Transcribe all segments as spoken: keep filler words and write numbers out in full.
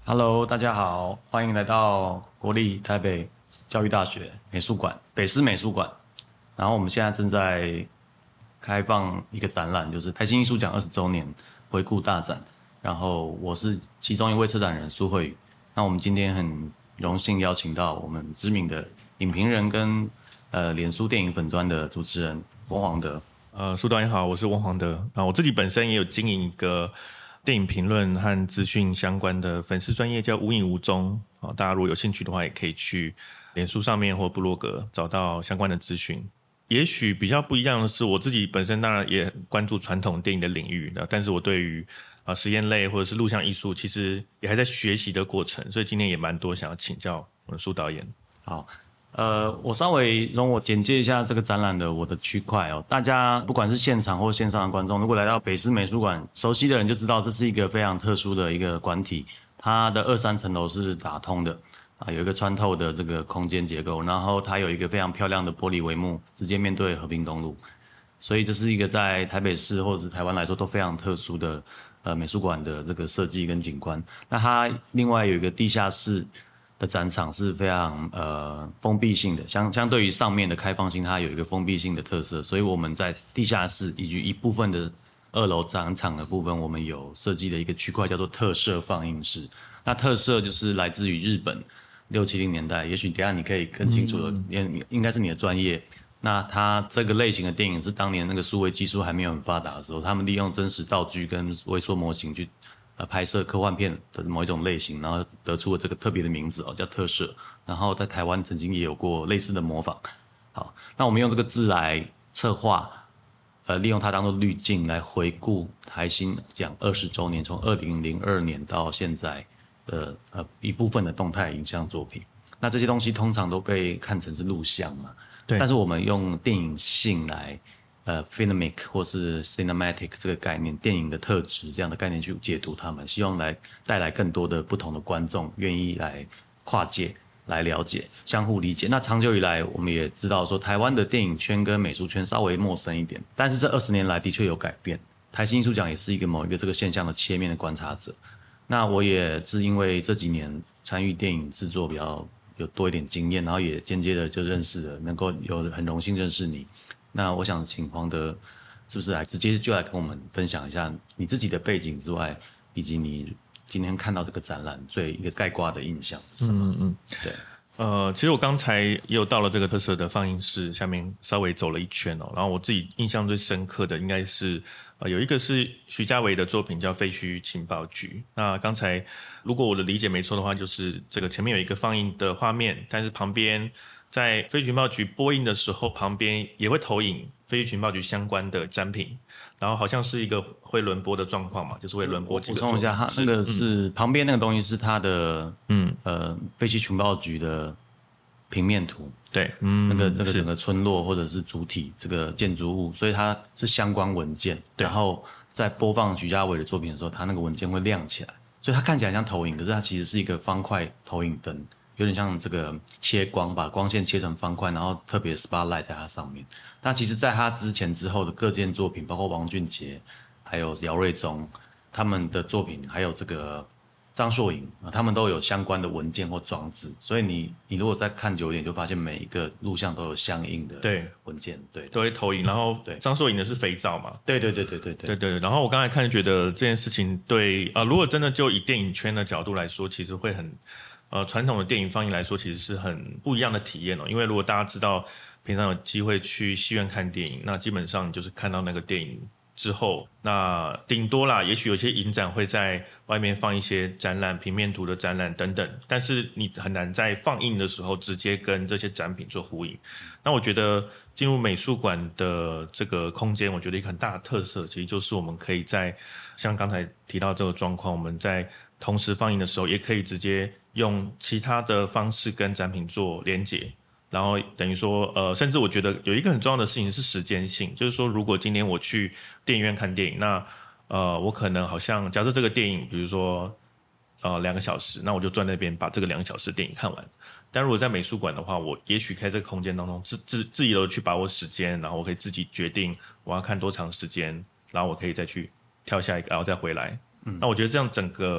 Hello，大家好，欢迎来到国立台北教育大学美术馆北师美术馆。然后我们现在正在开放一个展览，就是台新艺术奖二十周年回顾大展。然后我是其中一位策展人苏慧宇。那我们今天很荣幸邀请到我们知名的影评人跟呃脸书电影粉专的主持人翁黄德。 呃，苏导演好，我是翁黄德啊。我自己本身也有经营一个电影评论和资讯相关的粉丝专页，叫无影无踪啊。大家如果有兴趣的话，也可以去脸书上面或部落格找到相关的资讯。也许比较不一样的是，我自己本身当然也关注传统电影的领域，但是我对于啊实验类或者是录像艺术，其实也还在学习的过程，所以今天也蛮多想要请教我们苏导演。 好。呃，我稍微容我简介一下这个展览的我的区块哦。大家不管是现场或线上的观众，如果来到北师美术馆，熟悉的人就知道这是一个非常特殊的一个馆体，它的二三层楼是打通的啊，有一个穿透的这个空间结构，然后它有一个非常漂亮的玻璃帷幕，直接面对和平东路，所以这是一个在台北市或者是台湾来说都非常特殊的呃美术馆的这个设计跟景观。那它另外有一个地下室的展场是非常呃封闭性的，相相对于上面的开放性，它有一个封闭性的特色，所以我们在地下室以及一部分的二楼展场的部分，我们有设计的一个区块叫做特摄放映室。那特摄就是来自于日本六七零年代，也许等一下你可以更清楚的，嗯、应该是你的专业。那它这个类型的电影是当年那个数位技术还没有很发达的时候，他们利用真实道具跟微缩模型去呃，拍摄科幻片的某一种类型，然后得出了这个特别的名字哦，叫特摄。然后在台湾曾经也有过类似的模仿。好，那我们用这个字来策划，呃，利用它当做滤镜来回顾台新奖二十周年，从二零零二年到现在的呃一部分的动态影像作品。那这些东西通常都被看成是录像嘛，对。但是我们用电影性来。呃 filmic 或是 cinematic 这个概念，电影的特质这样的概念去解读它们，希望来带来更多的不同的观众愿意来跨界来了解，相互理解。那长久以来我们也知道说台湾的电影圈跟美术圈稍微陌生一点，但是这二十年来的确有改变。台新艺术奖也是一个某一个这个现象的切面的观察者。那我也是因为这几年参与电影制作比较有多一点经验，然后也间接的就认识了，能够有很荣幸认识你。那我想请黄德是不是来直接就来跟我们分享一下你自己的背景之外，以及你今天看到这个展览最一个概括的印象是什么？嗯嗯，对。 呃，其实我刚才也有到了这个特色的放映室下面稍微走了一圈哦，然后我自己印象最深刻的应该是呃有一个是徐家维的作品叫废墟情报局。那刚才如果我的理解没错的话，就是这个前面有一个放映的画面，但是旁边在废墟情报局播映的时候，旁边也会投影废墟情报局相关的展品，然后好像是一个会轮播的状况嘛，就是会轮播几个。 补充一下，它那个是、嗯、旁边那个东西是它的嗯呃废墟情报局的平面图， 对，嗯， 那个那个整个村落或者是主体这个建筑物，所以它是相关文件。然后在播放徐家伟的作品的时候，它那个文件会亮起来，所以它看起来像投影，可是它其实是一个方块投影灯。有点像这个切光，把光线切成方块，然后特别 spotlight 在它上面。那其实在它之前之后的各件作品，包括王俊杰还有姚瑞忠他们的作品，还有这个张硕颖，他们都有相关的文件或装置，所以你你如果再看久一点，就发现每一个录像都有相应的文件，对，对都会投影。然后张硕颖的是肥皂嘛， 对对对对对对对对。然后我刚才看觉得这件事情对啊、呃，如果真的就以电影圈的角度来说，其实会很。呃，传统的电影放映来说，其实是很不一样的体验哦。因为如果大家知道平常有机会去戏院看电影，那基本上你就是看到那个电影之后，那顶多啦，也许有些影展会在外面放一些展览、平面图的展览等等，但是你很难在放映的时候直接跟这些展品做呼应。那我觉得进入美术馆的这个空间，我觉得一个很大的特色，其实就是我们可以在像刚才提到这个状况，我们在同时放映的时候，也可以直接用其他的方式跟展品做连结，然后等于说呃，甚至我觉得有一个很重要的事情是时间性，就是说如果今天我去电影院看电影，那呃，我可能好像假设这个电影比如说呃两个小时，那我就坐在那边把这个两个小时的电影看完。但如果在美术馆的话，我也许可以在这个空间当中自自自己的去把握时间，然后我可以自己决定我要看多长时间，然后我可以再去跳下一个，然后再回来。嗯，那我觉得这样整个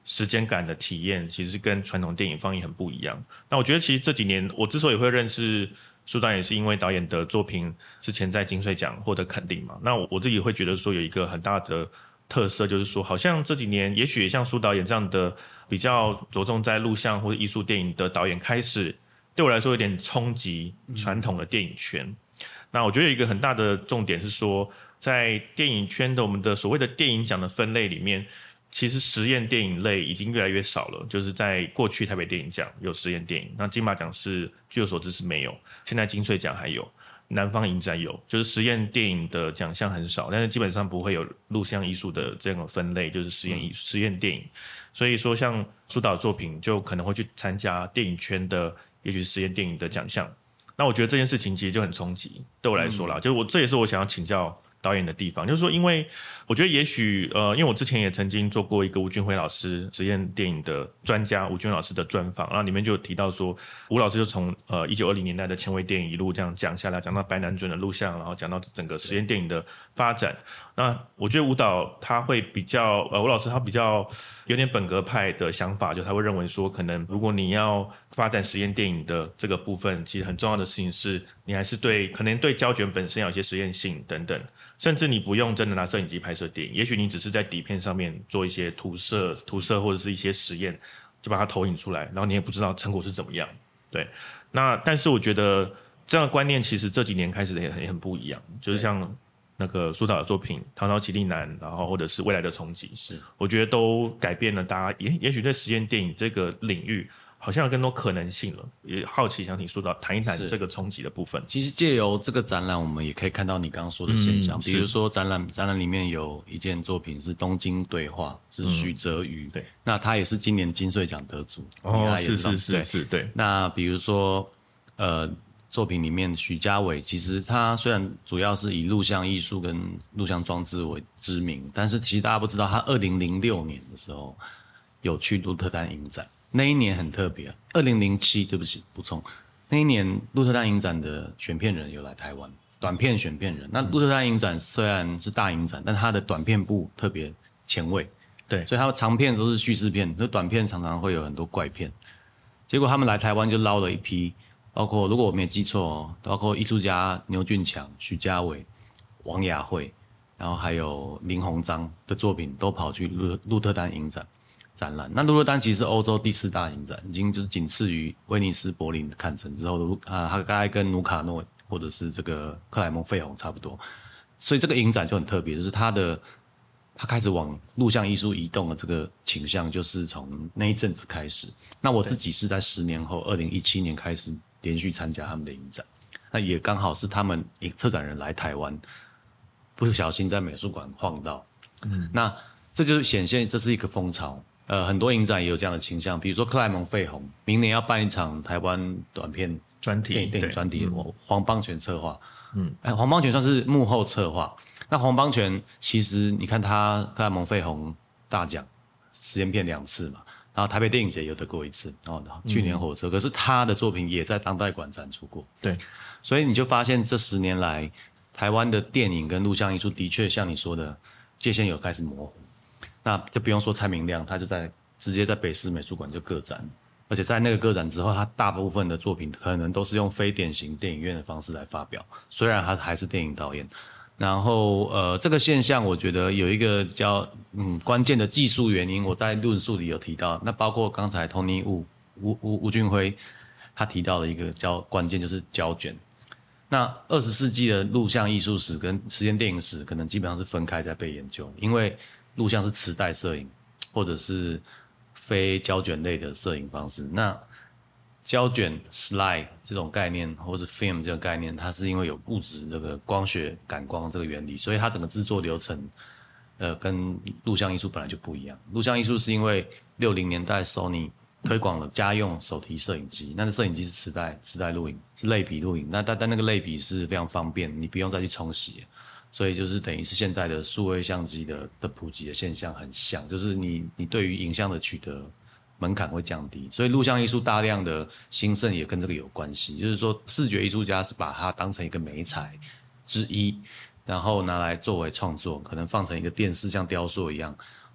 时间感的体验，其实跟传统电影放映很不一样。那我觉得其实这几年我之所以会认识苏导演，是因为导演的作品之前在金穗奖获得肯定嘛。那我自己会觉得说有一个很大的特色，就是说好像这几年也许像苏导演这样的比较着重在录像或者艺术电影的导演，开始对我来说有点冲击传统的电影圈。嗯、那我觉得有一个很大的重点是说，在电影圈的我们的所谓的电影奖的分类里面，其实实验电影类已经越来越少了。就是在过去台北电影奖有实验电影，那金马奖是据我所知是没有，现在金穗奖还有，南方影展有，就是实验电影的奖项很少，但是基本上不会有录像艺术的这种分类，就是实验艺术、实验电影。所以说像苏导的作品就可能会去参加电影圈的也许是实验电影的奖项。那我觉得这件事情其实就很冲击，对我来说啦，嗯、就是我这也是我想要请教导演的地方，就是说，因为我觉得也许呃，因为我之前也曾经做过一个吴俊辉老师实验电影的专家吴俊辉老师的专访，然后里面就有提到说，吴老师就从呃一九二零年代的前卫电影一路这样讲下来，讲到白南准的录像，然后讲到整个实验电影的发展。那我觉得吴导他会比较呃，吴老师他比较有点本格派的想法，就他会认为说，可能如果你要发展实验电影的这个部分，其实很重要的事情是你还是对可能对胶卷本身要有一些实验性等等。甚至你不用真的拿摄影机拍摄电影，也许你只是在底片上面做一些涂色、涂色或者是一些实验，就把它投影出来，然后你也不知道成果是怎么样。对，那但是我觉得这样的观念其实这几年开始也很也很不一样，就是像那个苏导的作品《唐朝奇力男》，然后或者是《未来的冲击》，是我觉得都改变了大家也也许对实验电影这个领域。好像有更多可能性了，也好奇想请苏导谈一谈这个冲击的部分。 其实借由这个展览，我们也可以看到你刚刚说的现象，嗯、比如说展览展览里面有一件作品是《东京对话》，是许哲瑜、嗯，对，那他也是今年金穗奖得主， 哦，是是是是，对。 那比如说，呃，作品里面许家伟，其实他虽然主要是以录像艺术跟录像装置为知名，但是其实大家不知道，他二零零六年的时候有去鹿特丹影展。那一年很特别、啊，二零零七，对不起，补充，那一年鹿特丹影展的选片人有来台湾，短片选片人。那鹿特丹影展虽然是大影展，但它的短片部特别前卫， 对， 所以他们长片都是叙事片，那短片常常会有很多怪片。结果他们来台湾就捞了一批，包括如果我没记错哦，包括艺术家牛俊强、许家伟、王雅慧，然后还有林鸿章的作品都跑去鹿鹿特丹影展。展览。那鹿特丹其实是欧洲第四大影展，已经就是仅次于威尼斯、柏林的坎城之后的啊，它大概跟卢卡诺或者是这个克莱蒙费洪差不多。所以这个影展就很特别，就是它的它开始往录像艺术移动的这个倾向，就是从那一阵子开始。那我自己是在十年后，二零一七年开始连续参加他们的影展，那也刚好是他们策展人来台湾，不小心在美术馆晃到，嗯，那这就是显现这是一个风潮。呃，很多影展也有这样的倾向，比如说克莱蒙费洪明年要办一场台湾短片专题电影专题，嗯、黄邦权策划，嗯，哎，黄邦权算是幕后策划。那黄邦权其实你看他克莱蒙费洪大奖实验片两次嘛，然后台北电影节有得过一次，然后去年火车，嗯、可是他的作品也在当代馆展出过， 对， 所以你就发现这十年来台湾的电影跟录像艺术的确像你说的界限有开始模糊。那就不用说蔡明亮，他就在直接在北师美术馆就个展，而且在那个个展之后，他大部分的作品可能都是用非典型电影院的方式来发表，虽然他还是电影导演。然后呃，这个现象我觉得有一个叫嗯关键的技术原因，我在论述里有提到，那包括刚才 Tony Wu 吴吴吴俊辉他提到的一个叫关键就是胶卷。那二十世纪的录像艺术史跟实验电影史可能基本上是分开在被研究，因为录像是磁带摄影，或者是非胶卷类的摄影方式。那胶卷 slide 这种概念，或是 film 这个概念，它是因为有物质这个光学感光这个原理，所以它整个制作流程，呃，跟录像艺术本来就不一样。录像艺术是因为六零年代 Sony 推广了家用手提摄影机，那个摄影机是磁带磁带录影，是类比录影。那但但那个类比是非常方便，你不用再去冲洗。所以就是等于是现在的数位相机的的普及的现象很像，就是你你对于影像的取得门槛会降低，所以录像艺术大量的兴盛也跟这个有关系。就是说视觉艺术家是把它当成一个媒材之一，然后拿来作为创作，可能放成一个电视像雕塑一样，或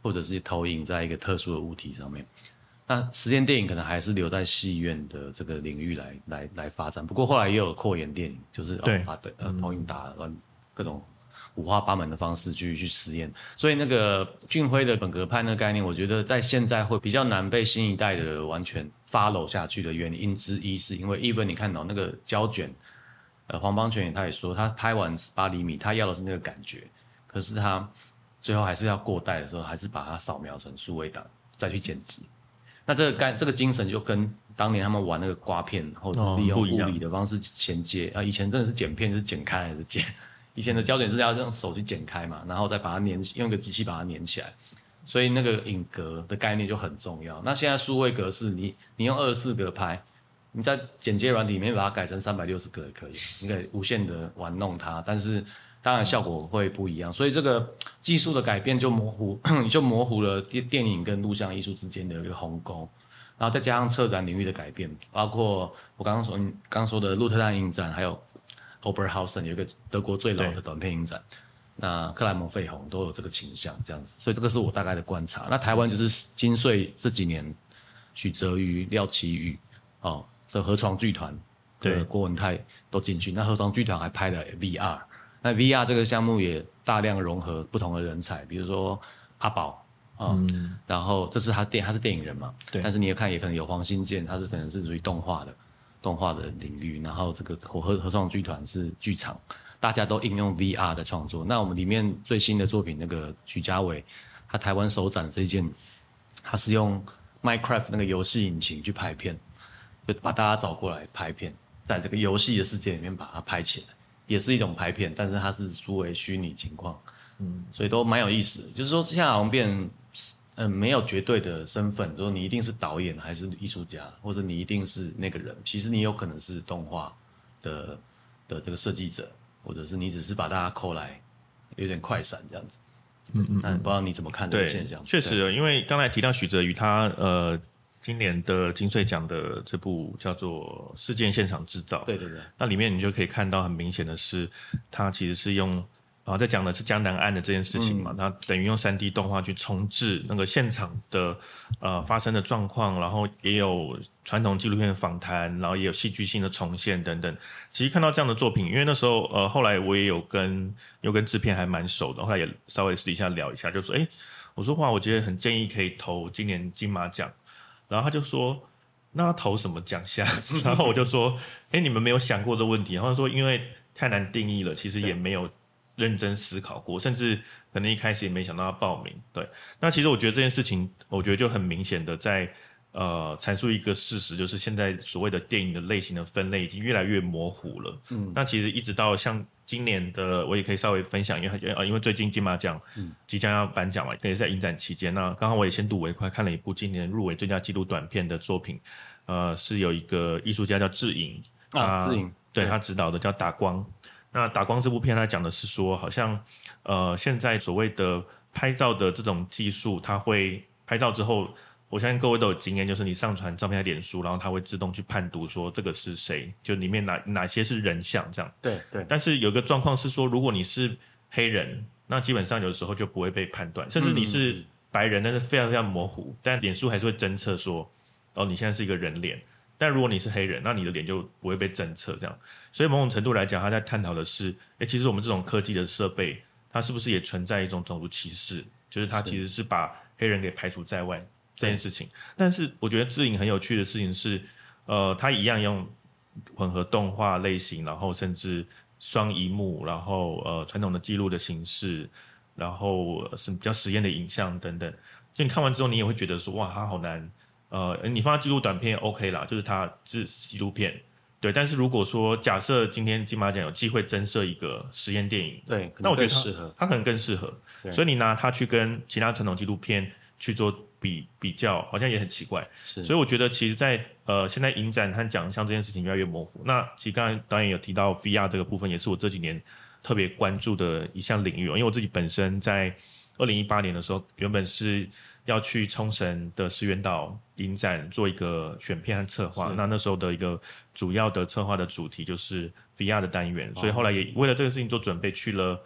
或者是投影在一个特殊的物体上面。那实验电影可能还是留在戏院的这个领域来来来发展，不过后来也有扩延电影，就是对、 哦、把对呃投影打乱各种五花八门的方式去去实验。所以那个俊辉的本格派那个概念，我觉得在现在会比较难被新一代的人完全 follow 下去的原因之一，是因为 even 你看到那个胶卷，呃黄邦全他也说，他拍完八厘米，他要的是那个感觉，可是他最后还是要过带的时候，还是把它扫描成数位档再去剪辑。那这个概这个精神就跟当年他们玩那个刮片，或者是利用物理的方式衔接、哦、啊，以前真的是剪片是剪开还是剪？以前的胶卷是要用手去剪开嘛，然后再把它粘，用一个机器把它粘起来，所以那个影格的概念就很重要。那现在数位格式，你你用二十四格拍，你在剪接软体里面把它改成三百六十格也可以，你可以无限的玩弄它，但是当然效果会不一样。所以这个技术的改变就模糊，就模糊了电电影跟录像艺术之间的一个鸿沟。然后再加上策展领域的改变，包括我刚刚说刚刚说的鹿特丹影展，还有 Oberhausen 有一个德国最老的短片影展，那克莱蒙费鸿都有这个倾向这样子，所以这个是我大概的观察。那台湾就是金穗这几年，许哲瑜、廖启宇，哦，这河床剧团，对，郭文泰都进去。那河床剧团还拍了 V R， 那 V R 这个项目也大量融合不同的人才，比如说阿宝。哦、嗯，然后这是他电，他是电影人嘛，对。但是你也看，也可能有黄新建，他是可能是属于动画的，动画的领域。然后这个合合创剧团是剧场，大家都应用 V R 的创作。那我们里面最新的作品，那个许家伟，他台湾首展这一件，他是用 Minecraft 那个游戏引擎去拍片，就把大家找过来拍片，在这个游戏的世界里面把它拍起来，也是一种拍片，但是它是数位虚拟情况。嗯，所以都蛮有意思的。就是说，现在好像变，嗯，没有绝对的身份，说你一定是导演还是艺术家，或者你一定是那个人。其实你有可能是动画的的这个设计者，或者是你只是把大家扣来，有点快闪这样子。嗯嗯，那不知道你怎么看这个现象？ 确实，因为刚才提到许哲瑜，他呃，今年的金穗奖的这部叫做《事件现场制造》， 对对对， 那里面你就可以看到很明显的是，他其实是用。啊，在讲的是江南案的这件事情嘛，那、嗯、等于用 三 D 动画去重置那个现场的呃发生的状况，然后也有传统纪录片的访谈，然后也有戏剧性的重现等等。其实看到这样的作品，因为那时候呃后来我也有跟又跟制片还蛮熟的，后来也稍微私底下聊一下，就说哎，我说哇，我觉得很建议可以投今年金马奖，然后他就说那要投什么奖项？然后我就说哎，你们没有想过的问题，然后说因为太难定义了，其实也没有。认真思考过，甚至可能一开始也没想到要报名。对，那其实我觉得这件事情，我觉得就很明显的在呃阐述一个事实，就是现在所谓的电影的类型的分类已经越来越模糊了。嗯，那其实一直到像今年的，我也可以稍微分享，因为呃因为最近金马奖即将要颁奖嘛，也是在影展期间。那刚好我也先睹为快，看了一部今年入围最佳纪录短片的作品，呃，是有一个艺术家叫智颖啊，智颖， 对他指导的叫打光。那打光这部片，它讲的是说，好像呃，现在所谓的拍照的这种技术，它会拍照之后，我相信各位都有经验，就是你上传照片在脸书，然后它会自动去判读说这个是谁，就里面哪哪些是人像这样。 对对。 但是有一个状况是说，如果你是黑人，那基本上有的时候就不会被判断，甚至你是白人，但是非常非常模糊，但脸书还是会侦测说，哦，你现在是一个人脸。但如果你是黑人，那你的脸就不会被侦测这样。所以某种程度来讲，他在探讨的是，诶，其实我们这种科技的设备，它是不是也存在一种种族歧视？就是它其实是把黑人给排除在外这件事情。但是我觉得智颖很有趣的事情是，呃，他一样用混合动画类型，然后甚至双萤幕，然后呃传统的记录的形式，然后是比较实验的影像等等。就你看完之后，你也会觉得说，哇，它好难。呃，你放在纪录短片 OK 啦，就是它是纪录片，对。但是如果说假设今天金马奖有机会增设一个实验电影， 对， 那我觉得适合， 它可能更适合。所以你拿它去跟其他传统纪录片去做比比较，好像也很奇怪。 是， 所以我觉得其实在，在呃现在影展和奖项这件事情越来越模糊。那其实刚才导演有提到 V R 这个部分，也是我这几年特别关注的一项领域，因为我自己本身在二零一八年的时候，原本是要去冲绳的石垣岛影展做一个选片和策划，那那时候的一个主要的策划的主题就是 V R 的单元，所以后来也为了这个事情做准备，去了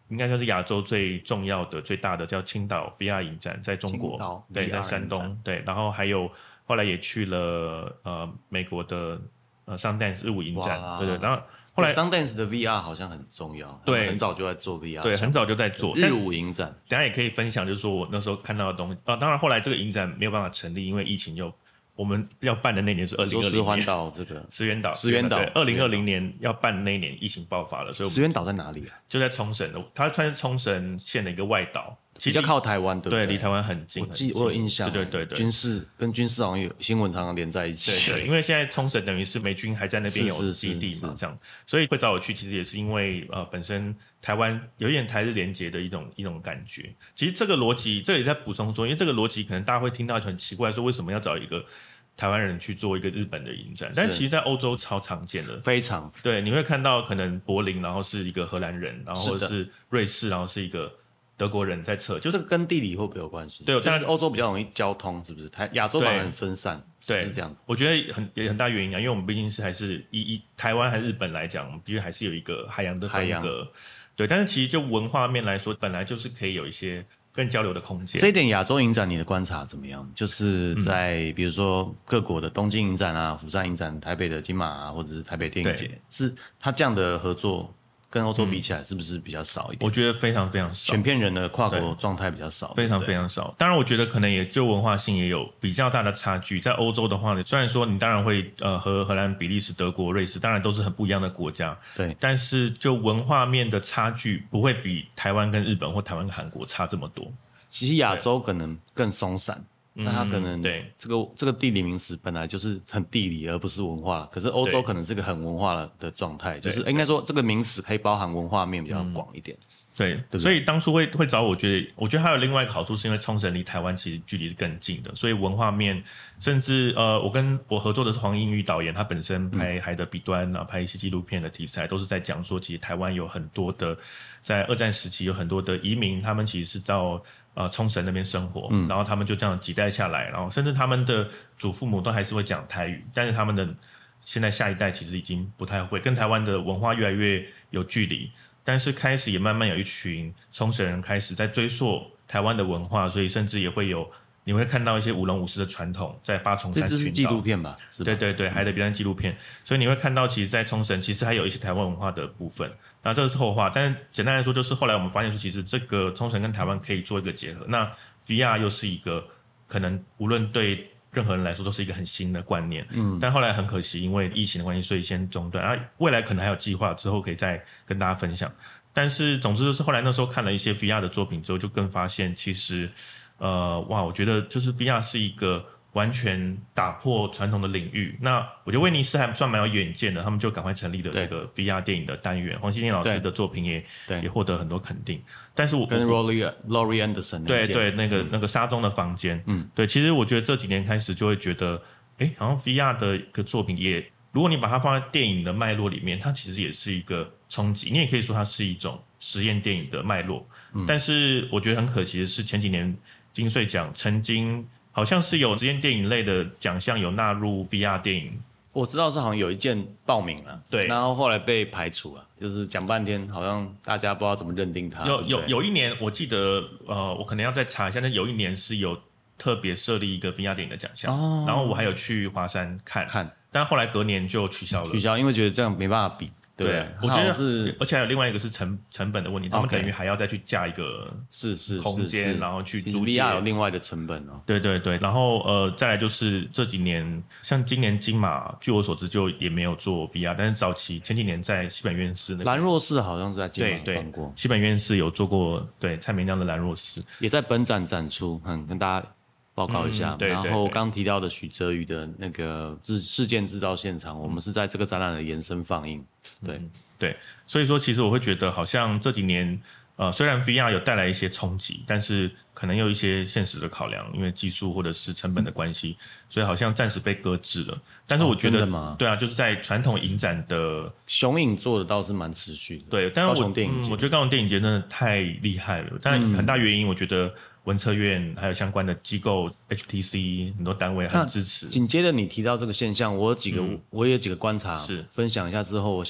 应该算是亚洲最重要的、最大的叫青岛 V R 影展，在中国，对，在山东，对，然后还有后来也去了呃美国的呃 Sundance 日舞影展，对对，然后后来 Sundance 的 V R 好像很重要， 对， 很早就在做 V R， 对，很早就在做日舞影展。 等一下也可以分享，就是说我那时候看到的东西啊，当然后来这个影展没有办法成立，因为疫情又。我们要办的那年是二零二零年， 石环岛这个石原岛， 石原岛， 对，二零二零年要办的那一年疫情爆发了，所以石原岛在哪里啊？ 就在冲绳的，它算是冲绳县的一个外岛， 比较靠台湾，对不对？对，离台湾很近。 我记我有印象， 对对对对， 军事跟军事好像有新闻常常连在一起。 对对，因为现在冲绳等于是美军还在那边有基地嘛，这样，所以会找我去，其实也是因为呃本身台湾有一点台日连结的一种一种感觉。其实这个逻辑，这也在补充说，因为这个逻辑可能大家会听到很奇怪，说为什么要找一个台湾人去做一个日本的影展，但其实在欧洲超常见的， 非常对，你会看到可能柏林，然后是一个荷兰人，然后或者是瑞士，然后是一个德国人在测， 就这个跟地理会不会有关系？ 对， 但是欧洲比较容易交通，是不是？台亚洲反而很分散， 对， 是不是这样子？ 我觉得很有很大原因啊，因为我们毕竟是还是以以台湾还是日本来讲，我们毕竟还是有一个海洋的分隔，对，但是其实就文化面来说，本来就是可以有一些更交流的空间。 这一点亚洲影展你的观察怎么样？就是在、嗯、比如说各国的东京影展啊、釜山影展、台北的金马啊，或者是台北电影节，是它这样的合作跟欧洲比起来，是不是比较少一点？ 我觉得非常非常少， 选片人的跨国状态比较少， 非常非常少。当然，我觉得可能也就文化性也有比较大的差距。在欧洲的话呢，虽然说你当然会呃和荷兰、比利时、德国、瑞士，当然都是很不一样的国家， 对， 但是就文化面的差距不会比台湾跟日本或台湾跟韩国差这么多。 其实亚洲可能更松散。那它可能对这个这个地理名词本来就是很地理而不是文化，可是欧洲可能是个很文化的状态，就是应该说这个名词可以包含文化面比较广一点。 嗯、对，对对，所以当初会会找我觉得，我觉得还有另外一个好处是因为冲绳离台湾其实距离是更近的，所以文化面甚至呃，我跟我合作的是黄英宇导演，他本身拍《海的彼端》啊，拍一些纪录片的题材，都是在讲说，其实台湾有很多的在二战时期有很多的移民，他们其实是到。呃，冲绳那边生活，嗯，然后他们就这样几代下来，然后甚至他们的祖父母都还是会讲台语，但是他们的现在下一代其实已经不太会，跟台湾的文化越来越有距离，但是开始也慢慢有一群冲绳人开始在追溯台湾的文化，所以甚至也会有你会看到一些舞龙舞狮的传统在八重山群岛， 这是纪录片吧？是吧？ 对对对，海的彼端纪录片，所以你会看到其实在冲绳其实还有一些台湾文化的部分。那这个是后话，但是简单来说，就是后来我们发现说，其实这个冲绳跟台湾可以做一个结合。那 V R 又是一个可能无论对任何人来说都是一个很新的观念，嗯，但后来很可惜，因为疫情的关系，所以先中断。啊，未来可能还有计划，之后可以再跟大家分享。但是总之就是后来那时候看了一些 V R 的作品之后，就更发现其实，呃，哇，我觉得就是 V R 是一个。完全打破传统的领域，那我觉得威尼斯还算蛮有远见的，他们就赶快成立了这个 V R 电影的单元。黄熙健老师的作品也也获得很多肯定，但是我跟 Laurie Laurie Anderson 对对那个、嗯、那个沙中的房间，嗯，对，其实我觉得这几年开始就会觉得，哎，好像 V R 的一个作品也，如果你把它放在电影的脉络里面，它其实也是一个冲击，你也可以说它是一种实验电影的脉络。嗯、但是我觉得很可惜的是，前几年金穗奖曾经。好像是有实验电影类的奖项有纳入 V R 电影， 我知道是好像有一件报名了， 对， 然后后来被排除了，就是讲半天，好像大家不知道怎么认定它。 有有有一年我记得，呃，我可能要再查一下，但有一年是有特别设立一个 V R 电影的奖项，哦、然后我还有去华山看， 看， 但后来隔年就取消了， 取消，因为觉得这样没办法比。对， 我觉得是，而且还有另外一个是成成本的问题，他们等于还要再去架一个是是空间，然后去租借 V R 有另外的成本哦。 对对对，然后呃，再来就是这几年，像今年金马，据我所知就也没有做 V R， 但是早期前几年在西本院士那个兰若寺好像是在金马放过， 西本院士有做过，对蔡明亮的兰若寺也在本展展出，嗯，跟大家。报告一下，嗯、对对对，然后刚提到的许哲宇的那个事件制造现场，我们是在这个展览的延伸放映。对、 嗯、对，所以说其实我会觉得，好像这几年，呃，虽然 V R 有带来一些冲击，但是可能有一些现实的考量，因为技术或者是成本的关系，嗯、所以好像暂时被搁置了。但是我觉得， 哦、 对啊，就是在传统影展的雄影做的倒是蛮持续的。 对，但是我高雄电影节、 嗯，我觉得高雄电影节真的太厉害了，但很大原因，我觉得。文策院还有相关的机构 H T C 很多单位很支持。 紧接着你提到这个现象，我有几个、嗯、我也有几个观察， 是分享一下之后，我想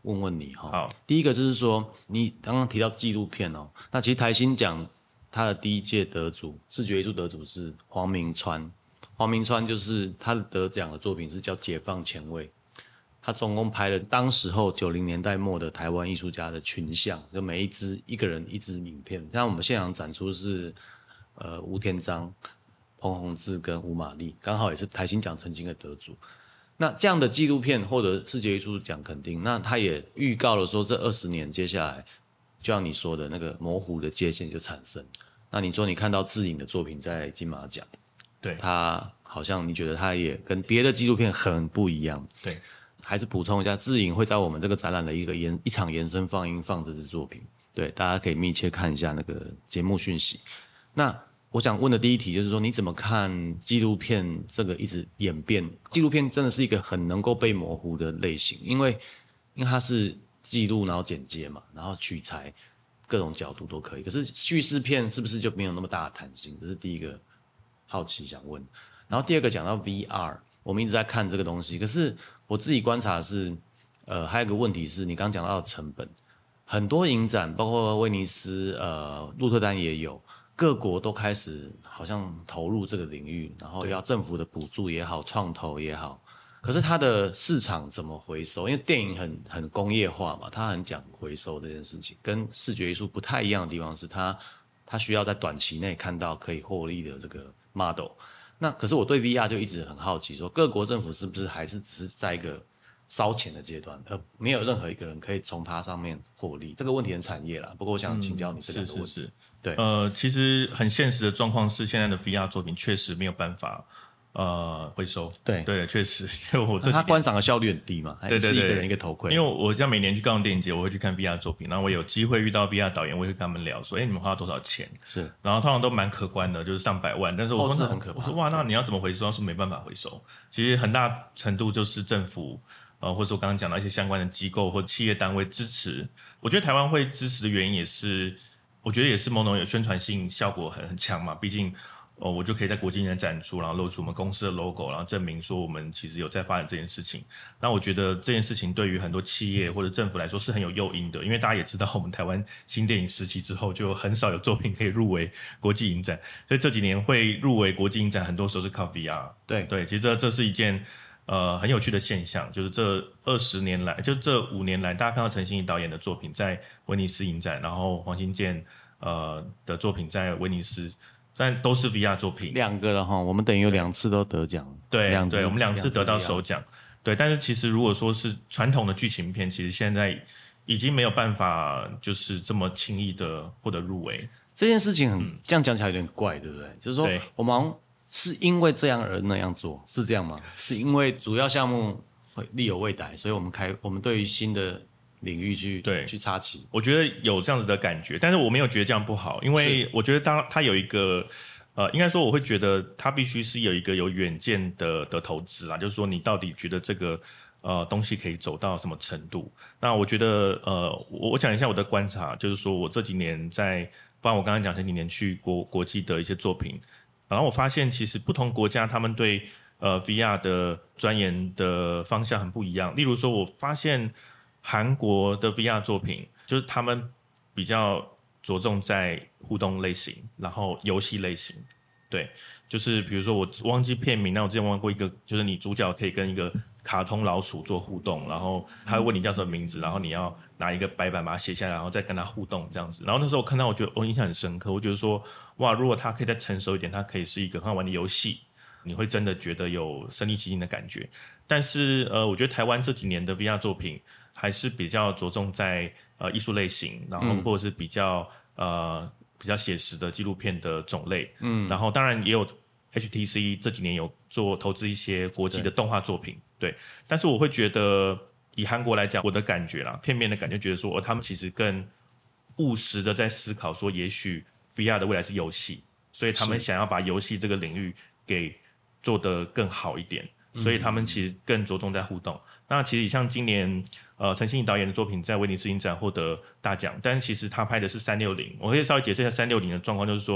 问问你哈。 好， 第一个就是说，你刚刚提到纪录片哦，那其实台新奖他的第一届得主，视觉艺术得主是黄明川。黄明川就是他的得奖的作品是叫《解放前卫》，他总共拍了当时候九零年代末的台湾艺术家的群像，就每一支一个人一支影片。像我们现场展出是呃吴天章、彭宏志跟吴玛丽，刚好也是台新奖曾经的得主。那这样的纪录片获得视觉艺术奖肯定，那他也预告了说这二十年接下来，就像你说的那个模糊的界限就产生。那你说你看到智颖的作品在金马奖。 对， 他好像你觉得他也跟别的纪录片很不一样。 对， 还是补充一下，智颖会在我们这个展览的一个延一场延伸放映放这支作品，对，大家可以密切看一下那个节目讯息。那我想问的第一题就是说，你怎么看纪录片这个一直演变？纪录片真的是一个很能够被模糊的类型，因为因为它是记录然后剪接嘛，然后取材各种角度都可以。可是叙事片是不是就没有那么大的弹性？这是第一个好奇想问。然后第二个讲到 V R， 我们一直在看这个东西，可是我自己观察的是，呃，还有一个问题是你刚刚讲到的成本，很多影展，包括威尼斯、呃，鹿特丹也有，各国都开始好像投入这个领域，然后要政府的补助也好，创投也好，可是它的市场怎么回收？因为电影很很工业化嘛，它很讲回收这件事情，跟视觉艺术不太一样的地方是它，它需要在短期内看到可以获利的这个 model。那可是我对 V R 就一直很好奇，说各国政府是不是还是只是在一个烧钱的阶段，而没有任何一个人可以从它上面获利？这个问题很产业啦，不过我想请教你这两个问题。 嗯、是是是， 对， 呃，其实很现实的状况是，现在的 V R 作品确实没有办法呃回收。 对对，确实，因为我这它观赏的效率很低嘛， 对对对， 是一个人一个头盔。 因为我像每年去高雄电影节，我会去看 V R 作品，然后我有机会遇到 V R 导演，我也会跟他们聊说，哎，你们花了多少钱？ 是， 然后通常都蛮可观的，就是上百万。但是我说很可怕， 我说哇，那你要怎么回收？他说没办法回收。其实很大程度就是政府。呃，或者我刚刚讲到一些相关的机构或企业单位支持，我觉得台湾会支持的原因也是，我觉得也是某种有宣传性效果很很强嘛。毕竟，哦，我就可以在国际影展展出，然后露出我们公司的 logo， 然后证明说我们其实有在发展这件事情。那我觉得这件事情对于很多企业或者政府来说是很有诱因的，因为大家也知道，我们台湾新电影时期之后，就很少有作品可以入围国际影展，所以这几年会入围国际影展，很多时候是靠 V R。 对对，其实这这是一件。呃，很有趣的现象，就是这二十年来，就这五年来，大家看到陈欣怡导演的作品在威尼斯影展，然后黄新建呃的作品在威尼斯，但都是 V R 作品， 两个了哈，我们等于有两次都得奖， 对对，我们两次得到首奖，对。但是其实如果说是传统的剧情片，其实现在已经没有办法就是这么轻易的获得入围。 这件事情很、嗯、这样讲起来有点怪，对不对？就是说我们好像是因为这样而那样做，是这样吗？是因为主要项目会力有未逮，所以我们开我们对于新的领域去对去插旗。 我觉得有这样子的感觉，但是我没有觉得这样不好，因为我觉得当它有一个呃，应该说我会觉得它必须是有一个有远见的的投资啦，就是说你到底觉得这个呃东西可以走到什么程度？那我觉得呃，我我讲一下我的观察，就是说我这几年在，包括我刚刚讲前几年去国国际的一些作品。然后我发现，其实不同国家他们对呃 V R 的钻研的方向很不一样。例如说，我发现韩国的 V R 作品，就是他们比较着重在互动类型，然后游戏类型。对，就是比如说我忘记片名，那我之前玩过一个，就是你主角可以跟一个卡通老鼠做互动，然后他会问你叫什么名字，然后你要拿一个白板把它写下来，然后再跟他互动这样子。然后那时候我看到，我觉得我印象很深刻，我觉得说哇，如果他可以再成熟一点，他可以是一个很好玩的游戏，你会真的觉得有身临其境的感觉。但是呃，我觉得台湾这几年的 V R 作品还是比较着重在呃艺术类型，然后或者是比较、嗯、呃。比较写实的纪录片的种类，嗯，然后当然也有 H T C 这几年有做投资一些国际的动画作品， 对, 对，但是我会觉得以韩国来讲，我的感觉啦，片面的感觉，觉得说、哦、他们其实更务实的在思考说，也许 V R 的未来是游戏，所以他们想要把游戏这个领域给做得更好一点，所以他们其实更着重在互动。嗯、那其实像今年。呃，陈欣怡导演的作品在威尼斯影展获得大奖，但其实他拍的是三六零。我可以稍微解释一下三六零的状况，就是说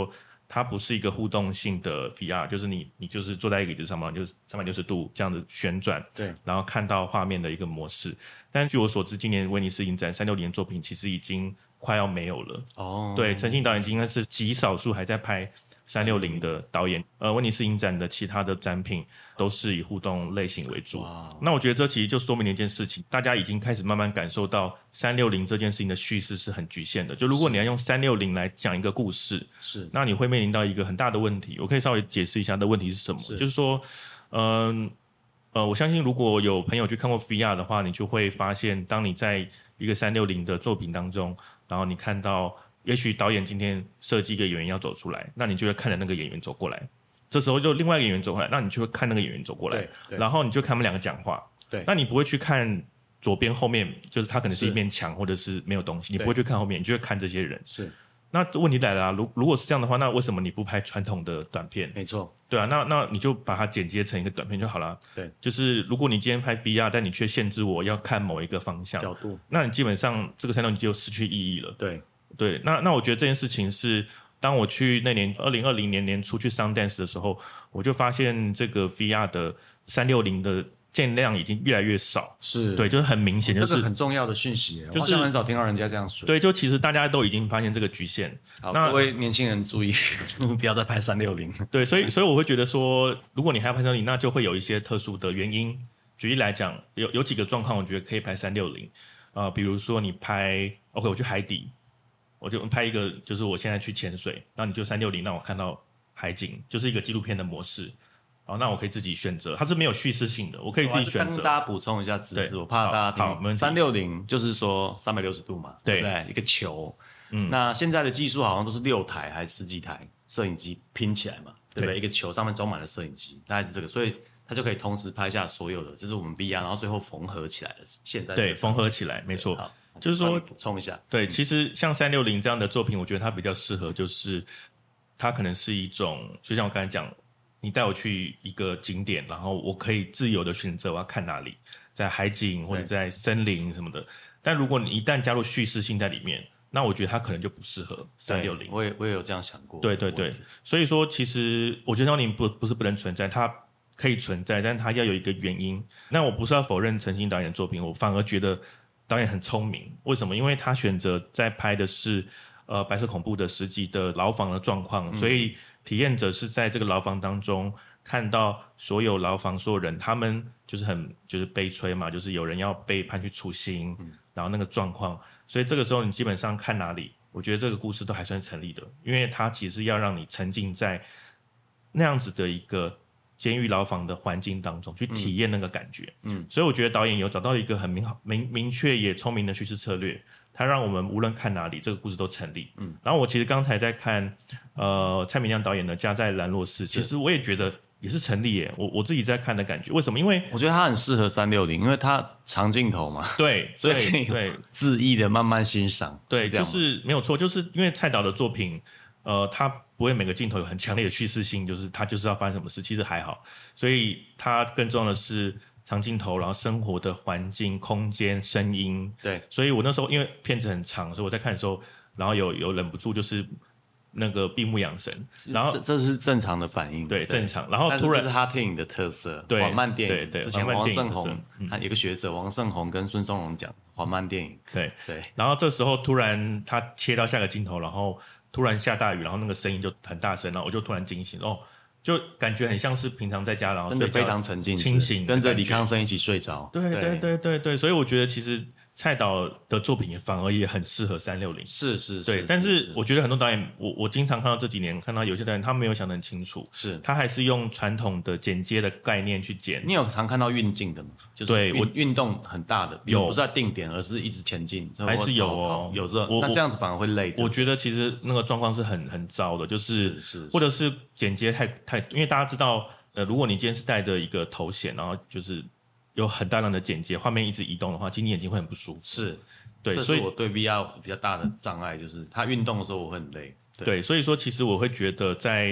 它不是一个互动性的 V R， 就是你你就是坐在一个椅子上嘛，就是三百六十度这样子旋转， 对， 然后看到画面的一个模式。但据我所知，今年威尼斯影展三六零的作品其实已经快要没有了。 哦， 对，陈信导演应该是极少数还在拍三六零的导演。呃，威尼斯影展的其他的展品都是以互动类型为主。那我觉得这其实就说明了一件事情，大家已经开始慢慢感受到三六零这件事情的叙事是很局限的。就如果你要用三六零来讲一个故事， 是， 那你会面临到一个很大的问题。我可以稍微解释一下的问题是什么，是就是说，嗯、呃，呃，我相信如果有朋友去看过 V R 的话，你就会发现，当你在一个三六零的作品当中，然后你看到，也许导演今天设计一个演员要走出来，那你就会看着那个演员走过来。这时候就另外一个演员走过来，那你就会看那个演员走过来，然后你就看他们两个讲话。 对， 那你不会去看左边后面，就是他可能是一面墙或者是没有东西，你不会去看后面，你就会看这些人。 是。 那问题来了啊，如如果是这样的话，那为什么你不拍传统的短片？ 没错， 对啊，那那你就把它剪接成一个短片就好了。 对， 就是如果你今天拍 V R， 但你却限制我要看某一个方向角度， 那你基本上这个三六零就失去意义了。 对对，那那我觉得这件事情是，当我去那年二零二零年年初去 Sundance 的时候，我就发现这个 V R 的三六零的见量已经越来越少， 是对， 就是很明显，就是、哦、 这个很重要的讯息，就是好像很少听到人家这样说。 对，就其实大家都已经发现这个局限。 好，那各位年轻人注意，不要再拍三六零。 对，所以所以我会觉得说，如果你还要拍三六零，那就会有一些特殊的原因。举例来讲，有有几个状况，我觉得可以拍三六零。呃，比如说你拍 ，OK， 我去海底，我就拍一个，就是我现在去潜水，然后你就三六零让我看到海景，就是一个纪录片的模式。好，那我可以自己选择，它是没有叙事性的，我可以自己选择。 跟大家补充一下知识，我怕大家听。三六零就是说三百六十度嘛，对不对？一个球。嗯，那现在的技术好像都是六台还是十几台摄影机拼起来嘛，对不对？一个球上面装满了摄影机，大概是这个，所以它就可以同时拍下所有的，就是我们 V R， 然后最后缝合起来的。现在对，缝合起来，没错。就是说补充一下， 对，其实像三六零这样的作品，我觉得它比较适合，就是它可能是一种，就像我刚才讲。你带我去一个景点，然后我可以自由的选择我要看哪里，在海景或者在森林什么的。但如果你一旦加入叙事性在里面，那我觉得它可能就不适合三六零。 我也我也有这样想过。 对对对，所以说其实我觉得三六零不不是不能存在，它可以存在，但它要有一个原因。那我不是要否认陈星导演的作品，我反而觉得导演很聪明。为什么？因为他选择在拍的是呃白色恐怖的实际的牢房的状况，嗯、所以。体验者是在这个牢房当中看到所有牢房所有人，他们就是很就是悲催嘛，就是有人要被判去处刑，嗯、然后那个状况，所以这个时候你基本上看哪里，我觉得这个故事都还算成立的，因为它其实要让你沉浸在那样子的一个监狱牢房的环境当中去体验那个感觉。嗯，所以我觉得导演有找到一个很明明明确也聪明的叙事策略。它让我们无论看哪里，这个故事都成立。嗯，然后我其实刚才在看，呃，蔡明亮导演的《家在兰若寺》，其实我也觉得也是成立耶。我我自己在看的感觉，为什么？因为我觉得它很适合三六零，因为它长镜头嘛。 对， 所以对恣意的慢慢欣赏。 对，是就是没有错，就是因为蔡导的作品，呃，他不会每个镜头有很强烈的叙事性，就是他就是要发生什么事，其实还好。所以他更重要的是。长镜头，然后生活的环境、空间、声音， 对， 所以我那时候因为片子很长，所以我在看的时候，然后有有忍不住就是那个闭目养神，然后这, 这是正常的反应， 对，正常。然后突然这是他电影的特色， 对， 缓慢电影， 对对。 之前王胜宏，他有个学者王胜宏跟孙松荣讲缓慢电影， 对对。 然后这时候突然他切到下个镜头，然后突然下大雨，然后那个声音就很大声，然后我就突然惊醒哦。就感觉很像是平常在家，然后真的非常沉浸清醒， 跟着李康生一起睡着。 对对对对对，所以我觉得其实蔡导的作品也反而也很适合三六零。 是是是， 对。但是我觉得很多导演，我我经常看到这几年看到有些导演他没有想得很清楚， 是他还是用传统的剪接的概念去剪。 你有常看到运镜的吗？就是对我运动很大的，有不是在定点，而是一直前进， 还是有哦， 有这那这样子反而会累。 我觉得其实那个状况是很很糟的，就是是或者是剪接太太，因为大家知道，呃，如果你今天是戴着一个头显，然后就是有很大量的剪接，画面一直移动的话，其实你眼睛会很不舒服。 是， 对， 这是我对 V R 比较大的障碍，就是它运动的时候我会很累。 对，对，所以说其实我会觉得在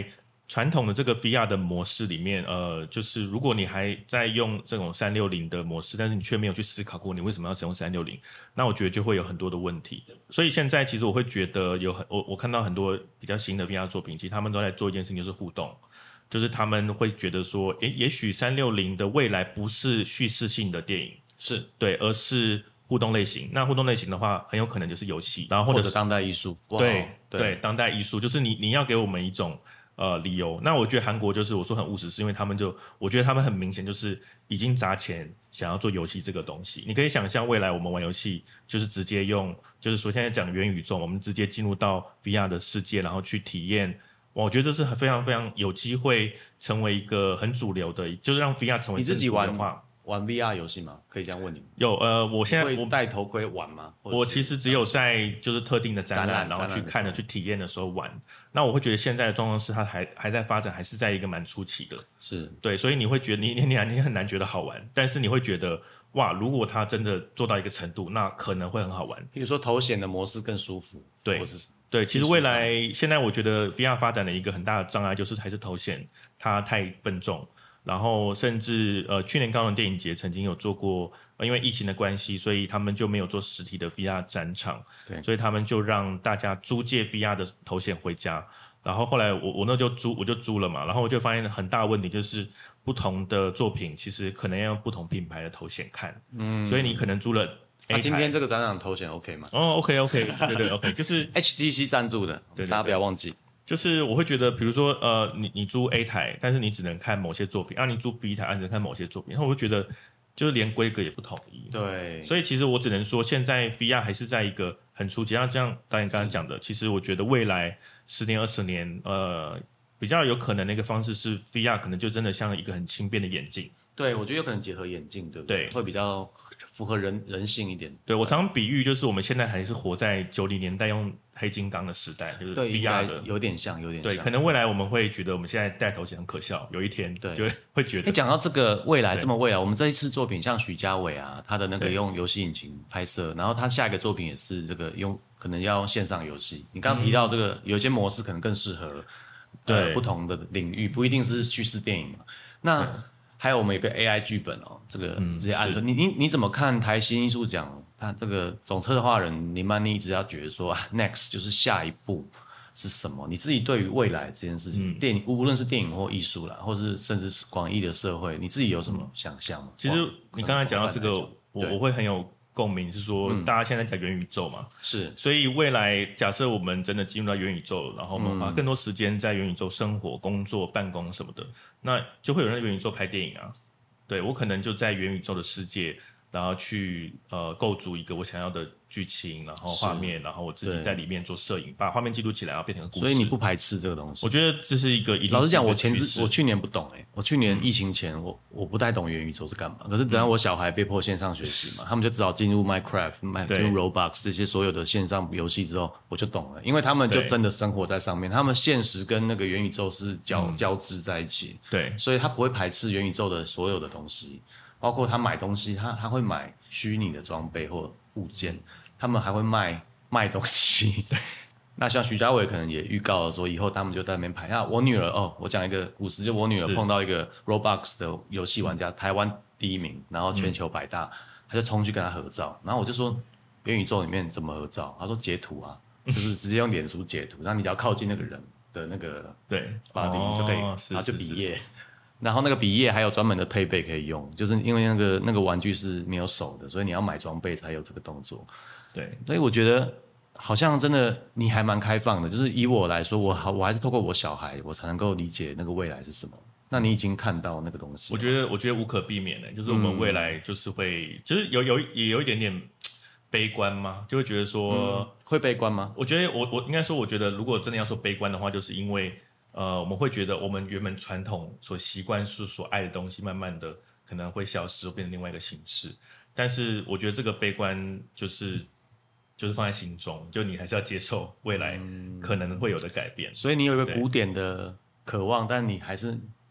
传统的这个 V R 的模式里面，呃，就是如果你还在用这种三六零的模式，但是你却没有去思考过你为什么要使用三六零，那我觉得就会有很多的问题。所以现在其实我会觉得有很我我看到很多比较新的 V R 作品，其实他们都在做一件事情，就是互动，就是他们会觉得说，诶，也许三六零的未来不是叙事性的电影， 是对，而是互动类型。那互动类型的话，很有可能就是游戏，然后或者是或者当代艺术， 对 wow, 对, 对，当代艺术就是你你要给我们一种。呃，理由，那我觉得韩国就是我说很务实，是因为他们就，我觉得他们很明显就是已经砸钱想要做游戏这个东西。你可以想象未来我们玩游戏就是直接用，就是说现在讲元宇宙，我们直接进入到 V R 的世界，然后去体验。我觉得这是非常非常有机会成为一个很主流的，就是让 V R 成为你自己玩的话。 玩 V R 游戏吗？可以这样问你吗？ 有呃，我现在会戴头盔玩吗？ 我其实只有在就是特定的展览， 展览然后去看的、去体验的时候玩。那我会觉得现在的状况是它还还在发展，还是在一个蛮初期的。 是对，所以你会觉得你你你你很难觉得好玩，但是你会觉得哇，如果它真的做到一个程度，那可能会很好玩。 比如说头显的模式更舒服， 对， 或是对，其实未来现在我觉得 V R 发展的一个很大的障碍就是还是头显它太笨重。然后甚至呃，去年高雄电影节曾经有做过，呃，因为疫情的关系，所以他们就没有做实体的 V R 展场， 对， 所以他们就让大家租借 V R 的头显回家。然后后来我我那就租我就租了嘛，然后我就发现很大的问题就是不同的作品其实可能要用不同品牌的头显看，嗯，所以你可能租了 A 台。 那今天这个展览头显 OK 吗？ 哦 ，OK OK， 对对 OK， 就是 H T C 赞助的， 对对对， 大家不要忘记。 就是我会觉得，比如说，呃，你你租 A 台，但是你只能看某些作品，啊，你租 B 台，啊，你只能看某些作品，然后我会觉得，就是连规格也不统一。 对， 所以其实我只能说，现在 V R 还是在一个很初级。像这样导演刚刚讲的，其实我觉得未来十年、二十年，呃，比较有可能的一个方式是 V R 可能就真的像一个很轻便的眼镜。 对，我觉得有可能结合眼镜，对不对？ 对， 会比较符合人人性一点。 对，我常常比喻，就是我们现在还是活在九零年代用黑金刚的时代，就是 V R 的， 有点像，有点像。 对，可能未来我们会觉得我们现在戴头显很可笑，有一天对就会会觉得。 你讲到这个未来这么未来，我们这一次作品像许家伟啊，他的那个用游戏引擎拍摄，然后他下一个作品也是这个用可能要用线上游戏。你刚刚提到这个、嗯、有一些模式可能更适合对、呃、不同的领域，不一定是叙事电影嘛。那还有我们有个 A I 剧本哦，这个直接按说、嗯、你你你怎么看台新艺术奖？他这个总策划人林曼妮一直要觉得说、啊、，next 就是下一步是什么？你自己对于未来这件事情，嗯、电影无论是电影或艺术啦，或是甚至是广义的社会，你自己有什么想象吗？ 其实你刚才讲到这个，我我会很有共鸣，是说、嗯、大家现在讲元宇宙嘛， 是， 所以未来假设我们真的进入到元宇宙，然后我们花更多时间在元宇宙生活、工作、办公什么的，那就会有人在元宇宙拍电影啊。对，我可能就在元宇宙的世界，然后去呃构筑一个我想要的剧情，然后画面，然后我自己在里面做摄影，把画面记录起来，然后变成个故事。 所以你不排斥这个东西？ 我觉得这是一个一定是一个老实讲，我前我去年不懂哎、欸，我去年疫情前、嗯、我我不太懂元宇宙是干嘛。可是等到我小孩被迫线上学习嘛，嗯、他们就只好进入 Minecraft、进入 Roblox 这些所有的线上游戏之后，我就懂了，因为他们就真的生活在上面，他们现实跟那个元宇宙是交、嗯、交织在一起。 对， 所以他不会排斥元宇宙的所有的东西。包括他买东西，他他会买虚拟的装备或物件，他们还会卖卖东西。那像徐家伟可能也预告了说，以后他们就在那边拍。那我女儿哦，我讲一个故事，就我女儿碰到一个 Roblox 的游戏玩家，台湾第一名，然后全球百大，嗯、他就冲去跟他合照。然后我就说，元宇宙里面怎么合照？他说截图啊，就是直接用脸书截图，然后你只要靠近那个人的那个对 body、哦、就可以，然后就比耶。 是是是然后那个笔页还有专门的配备可以用，就是因为那个那个玩具是没有手的，所以你要买装备才有这个动作。 对， 所以我觉得好像真的你还蛮开放的，就是以我来说，我好我还是透过我小孩，我才能够理解那个未来是什么。那你已经看到那个东西了， 我觉得我觉得无可避免的，就是我们未来就是会，嗯、就是有有也有一点点悲观嘛，就会觉得说、 嗯、会悲观吗？ 我觉得我我应该说，我觉得如果真的要说悲观的话，就是因为。呃，我们会觉得我们原本传统所习惯、是所爱的东西，慢慢的可能会消失，变成另外一个形式。但是我觉得这个悲观就是就是放在心中，就你还是要接受未来可能会有的改变。 嗯、所以你有一个古典的渴望，但你还是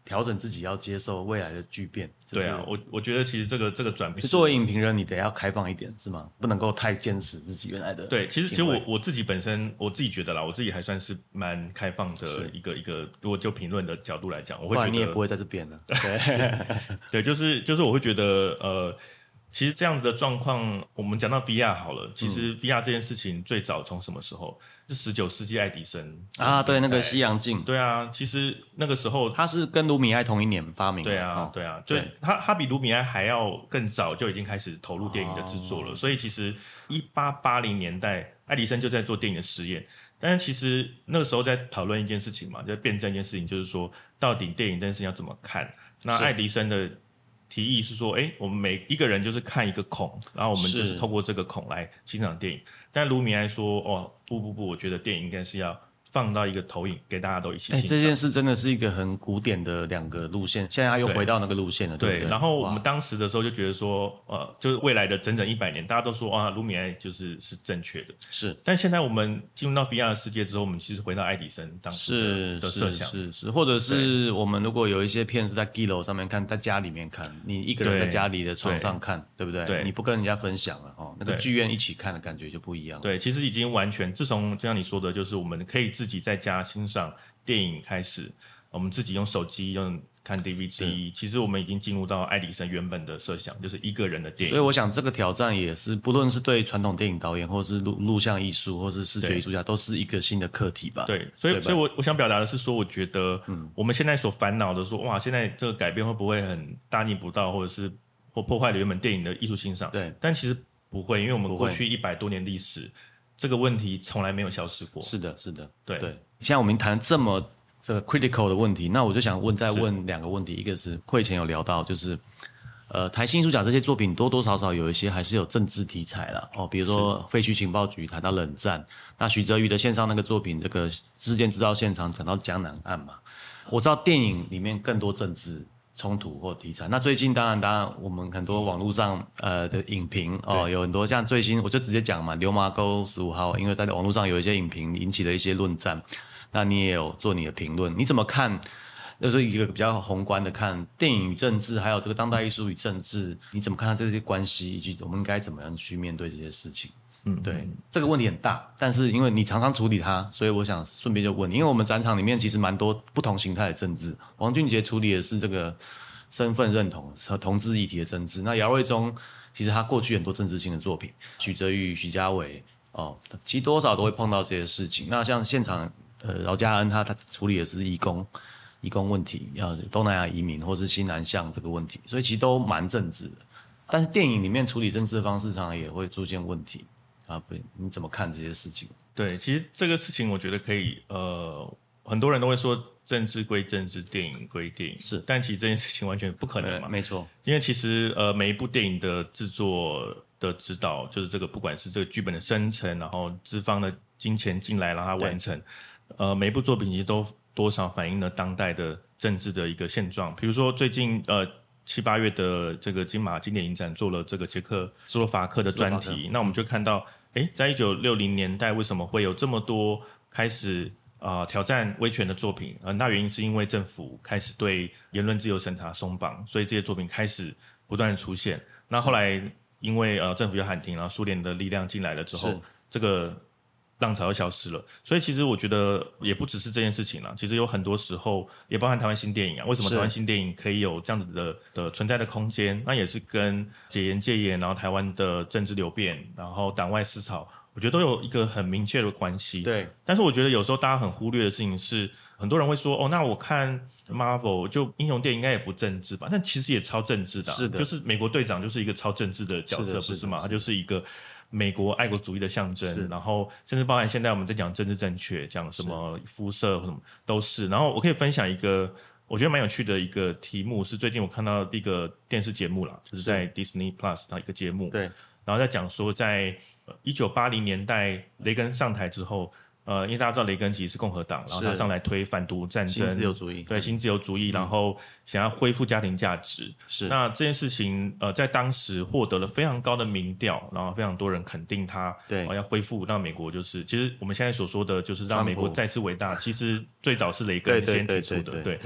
调整自己，要接受未来的巨变。 对啊，我我觉得其实这个这个转变， 作为影评人，你得要开放一点，是吗？不能够太坚持自己原来的。 对，其实其实我我自己本身我自己觉得啦，我自己还算是蛮开放的一个一个，如果就评论的角度来讲，我会觉得不然你也不会在这边了。 对，对，就是就是我会觉得呃。其实这样子的状况，我们讲到 V R 好了。其实 V R 这件事情最早从什么时候？是十九世纪爱迪生啊，对，那个西洋镜。 对啊，其实那个时候他是跟卢米埃同一年发明的。 对啊，哦、对啊，就他他比卢米埃还要更早就已经开始投入电影的制作了。哦、所以其实一八八零年代，爱迪生就在做电影的实验。但是其实那个时候在讨论一件事情嘛，就辩证一件事情，就是说到底电影这件事情要怎么看？那爱迪生的提议是说，哎，我们每一个人就是看一个孔，然后我们就是透过这个孔来欣赏电影。但卢米埃说，哦，不不不，我觉得电影应该是要放到一个投影，给大家都一起欣赏。 这件事真的是一个很古典的两个路线，现在他又回到那个路线了， 对, 对不对？ 然后我们当时的时候就觉得说，呃，就是未来的整整一百年，大家都说啊，卢米埃就是是正确的， 是。 但现在我们进入到 V R 的世界之后，我们其实回到爱迪生当时 的, 的设想， 是是是，或者是我们如果有一些片是在 Gillo 上面看，在家里面看，你一个人在家里的床上看， 对, 对不对？对，你不跟人家分享了哦，那个剧院一起看的感觉就不一样。 对，其实已经完全，自从就像你说的，就是我们可以自己在家欣赏电影开始，我们自己用手机用看 D V D， 其实我们已经进入到爱迪生原本的设想，就是一个人的电影。 所以我想这个挑战也是，不论是对传统电影导演，或是录录像艺术，或是视觉艺术家，都是一个新的课题吧。 对，所以所以我我想表达的是说，我觉得我们现在所烦恼的说，哇，现在这个改变会不会很大逆不道，或者是或破坏了原本电影的艺术欣赏？ 对， 但其实不会，因为我们过去一百多年历史，这个问题从来没有消失过。 是的，是的， 对对。现在我们谈这么这个 critical 的问题，那我就想问，再问两个问题，一个是会前有聊到，就是呃，台新艺术奖这些作品多多少少有一些还是有政治题材啦，哦，比如说废墟情报局谈到冷战，那许哲瑜的线上那个作品，这个事件制造现场讲到江南案嘛，我知道电影里面更多政治冲突或题材。那最近当然当然我们很多网络上呃的影评哦，有很多像最新我就直接讲嘛，流麻沟十五号，因为在网络上有一些影评引起了一些论战，那你也有做你的评论，你怎么看？就是一个比较宏观的看电影与政治，还有这个当代艺术与政治，你怎么看它这些关系，以及我们应该怎么样去面对这些事情？嗯，对，这个问题很大，但是因为你常常处理它，所以我想顺便就问你，因为我们展场里面其实蛮多不同形态的政治，王俊杰处理的是这个身份认同和同志议题的政治，那姚瑞忠其实他过去很多政治性的作品，许哲瑜、许家伟哦，其实多少都会碰到这些事情。那像现场呃饶家恩他他处理的是移工。移工问题，呃，东南亚移民或是新南向这个问题，所以其实都蛮政治的。但是电影里面处理政治的方式，常常也会出现问题啊。不，你怎么看这些事情？ 对，其实这个事情我觉得可以，呃，很多人都会说政治归政治，电影归电影， 是， 但其实这件事情完全不可能嘛。 没错， 因为其实呃，每一部电影的制作的指导，就是这个不管是这个剧本的生成，然后资方的金钱进来让它完成，呃，每一部作品其实都多少反映了当代的政治的一个现状。比如说最近呃七八月的这个金马经典影展做了这个捷克斯洛伐克的专题，那我们就看到，诶，在一九六零年代为什么会有这么多开始啊、呃、挑战威权的作品？很大原因是因为政府开始对言论自由审查松绑，所以这些作品开始不断的出现。那后来因为呃政府要喊停，然后苏联的力量进来了之后，这个浪潮又消失了。所以其实我觉得也不只是这件事情啦，其实有很多时候也包含台湾新电影啊，为什么台湾新电影可以有这样子的的存在的空间，那也是跟解严戒严，然后台湾的政治流变，然后党外思潮，我觉得都有一个很明确的关系。 对， 但是我觉得有时候大家很忽略的事情是，很多人会说，哦，那我看 Marvel 就英雄电影应该也不政治吧？但其实也超政治的、啊， 是的， 就是美国队长就是一个超政治的角色，不是吗？他就是一个美国爱国主义的象征，然后甚至包含现在我们在讲政治正确，讲什么肤色什么都是。然后我可以分享一个我觉得蛮有趣的一个题目，是最近我看到一个电视节目啦，就是在 Disney Plus 的一个节目， 对， 然后在讲说在一九八零年代雷根上台之后。呃，因为大家知道雷根其实是共和党，然后他上来推反毒战争、 新自由主义， 对新自由主义、嗯，然后想要恢复家庭价值。 是那这件事情，呃，在当时获得了非常高的民调，然后非常多人肯定他， 对， 呃、要恢复让美国就是，其实我们现在所说的就是让美国再次伟大，其实最早是雷根先提出的，对。对对对对对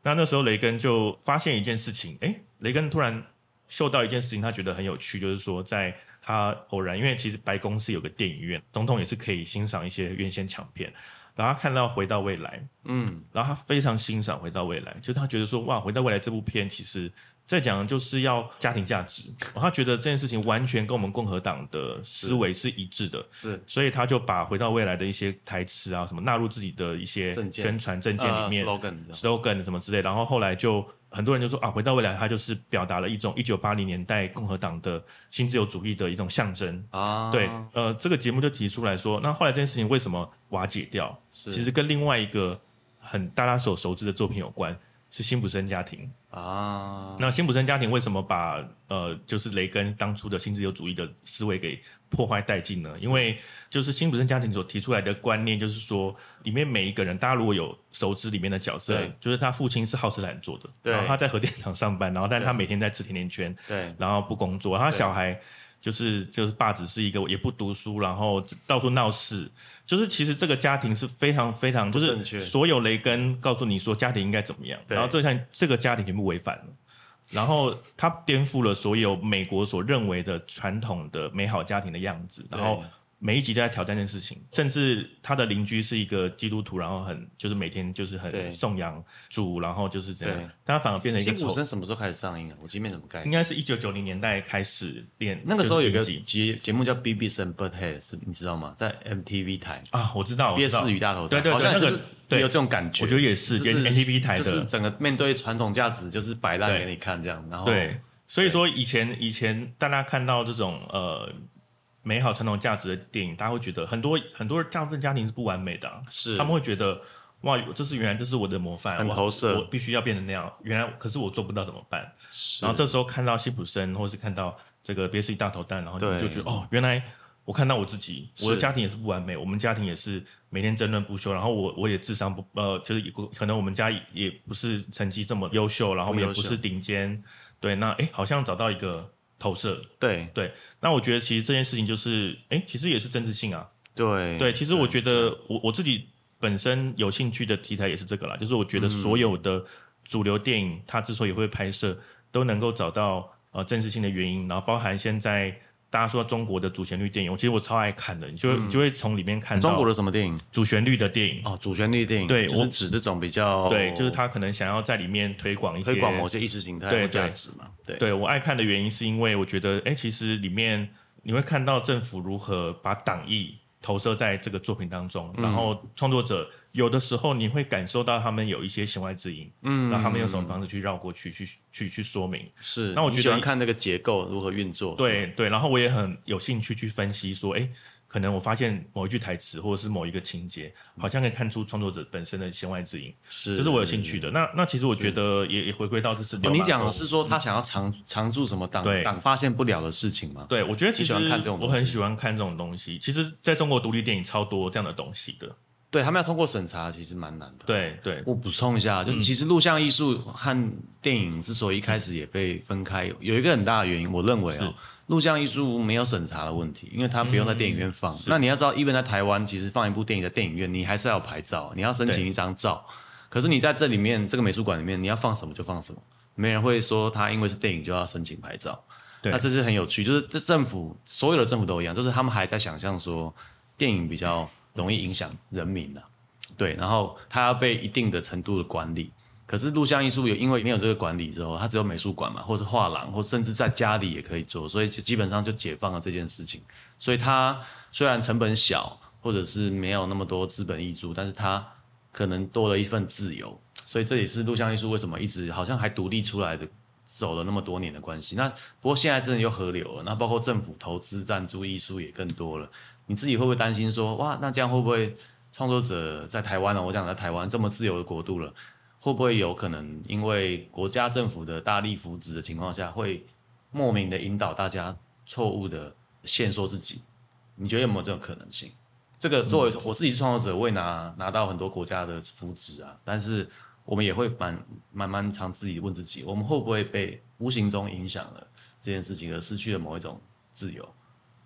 那那时候雷根就发现一件事情，哎，雷根突然嗅到一件事情，他觉得很有趣，就是说在他偶然，因为其实白宫是有个电影院，总统也是可以欣赏一些院线强片，然后他看到《回到未来》，嗯，然后他非常欣赏《回到未来》，就是他觉得说，哇，《回到未来》这部片其实在讲的就是要家庭价值，他觉得这件事情完全跟我们共和党的思维是一致的， 是， 所以他就把《回到未来》的一些台词啊什么纳入自己的一些宣传政见里面、 uh, slogan, slogan 什么之类，然后后来就很多人就说啊，《回到未来》它就是表达了一种一九八零年代共和党的新自由主义的一种象征啊。对，呃，这个节目就提出来说，那后来这件事情为什么瓦解掉？其实跟另外一个很大家所熟知的作品有关。是辛普森家庭啊，那辛普森家庭为什么把呃，就是雷根当初的新自由主义的思维给破坏殆尽呢？因为就是辛普森家庭所提出来的观念，就是说里面每一个人，大家如果有熟知里面的角色，就是他父亲是好吃懒做的，对，然后他在核电厂上班，然后但是他每天在吃甜甜圈，对，然后不工作，他小孩就是就是爸只是一个也不读书，然后到处闹事。就是其实这个家庭是非常非常，就是所有雷根告诉你说家庭应该怎么样，然后这项这个家庭全部违反了，然后他颠覆了所有美国所认为的传统的美好家庭的样子，然后每一集都在挑战这件事情，甚至他的邻居是一个基督徒，然后很就是每天就是很颂扬主，然后就是这样，但他反而变成一个。 辛普森什么时候开始上映啊？我记没怎么概念。 应该是一九九零年代开始练。 那个时候有个节节目叫 Beavis and Butt-Head， 是你知道吗？在 M T V 台啊，我知道， 憋死与大头对对对， 好像是那个有这种感觉。 我觉得也是，就是 M T V 台的， 就是整个面对传统价值就是摆烂给你看这样，然后对，所以说以前以前大家看到这种呃。美好传统价值的电影，大家会觉得很多很多大部分家庭是不完美的、啊，是他们会觉得哇，这是原来这是我的模范， 很投射， 我, 我必须要变成那样。原来可是我做不到怎么办？然后这时候看到辛普森，或是看到这个憋死大头蛋，然后你就觉得哦，原来我看到我自己，我的家庭也是不完美，我们家庭也是每天争论不休，然后我我也智商不呃，就是可能我们家也不是成绩这么优秀，然后我们也不是顶尖，对，那哎，好像找到一个。投射， 对对，那我觉得其实这件事情就是，哎，其实也是政治性啊， 对对，其实我觉得我我自己本身有兴趣的题材也是这个啦，就是我觉得所有的主流电影，它之所以会拍摄，都能够找到呃政治性的原因，然后包含现在大家说中国的主旋律电影，其实我超爱看的，你就、嗯、你就会从里面看到中国的什么电影， 主旋律的电影哦，主旋律电影， 对， 就是指这种比较， 对，就是他可能想要在里面推广一些推广某些意识形态或价值嘛，对， 对我爱看的原因是因为我觉得，哎，其实里面你会看到政府如何把党意投射在这个作品当中，嗯、然后创作者有的时候你会感受到他们有一些弦外之音，嗯，然后他们用什么方式去绕过去，去去去说明。 是， 那我觉得你喜欢看那个结构如何运作， 对对，然后我也很有兴趣去分析说，哎，可能我发现某一句台词或者是某一个情节，好像可以看出创作者本身的弦外之音，是，这是我有兴趣的。那那其实我觉得也也回归到这是、 哦，你讲的是说他想要藏藏住什么党党发现不了的事情吗？ 对，我觉得其实我很喜欢看这种东西。其实，在中国独立电影超多这样的东西的。 对，他们要通过审查，其实蛮难的。 对对， 我补充一下，就是其实录像艺术和电影之所以一开始也被分开，有有一个很大的原因，我认为哦，录像艺术没有审查的问题，因为它不用在电影院放。嗯、那你要知道 ，even 在台湾，其实放一部电影在电影院，你还是要有牌照，你要申请一张照。可是你在这里面，这个美术馆里面，你要放什么就放什么，没人会说他因为是电影就要申请牌照。那这是很有趣，就是这政府所有的政府都一样，就是他们还在想象说电影比较容易影响人民啊，对，然后它要被一定的程度的管理。可是录像艺术有因为没有这个管理之后，它只有美术馆嘛，或是画廊，或甚至在家里也可以做，所以基本上就解放了这件事情。所以它虽然成本小，或者是没有那么多资本挹注，但是它可能多了一份自由。所以这也是录像艺术为什么一直好像还独立出来的，走了那么多年的关系。那不过现在真的又合流了，那包括政府投资赞助艺术也更多了。你自己会不会担心说，哇，那这样会不会创作者在台湾呢、啊？我讲在台湾这么自由的国度了，会不会有可能因为国家政府的大力扶植的情况下，会莫名的引导大家错误的限缩自己？你觉得有没有这种可能性？这个作为我自己是创作者，我也拿拿到很多国家的扶植啊，但是我们也会蛮蛮蛮常自己问自己，我们会不会被无形中影响了这件事情，而失去了某一种自由？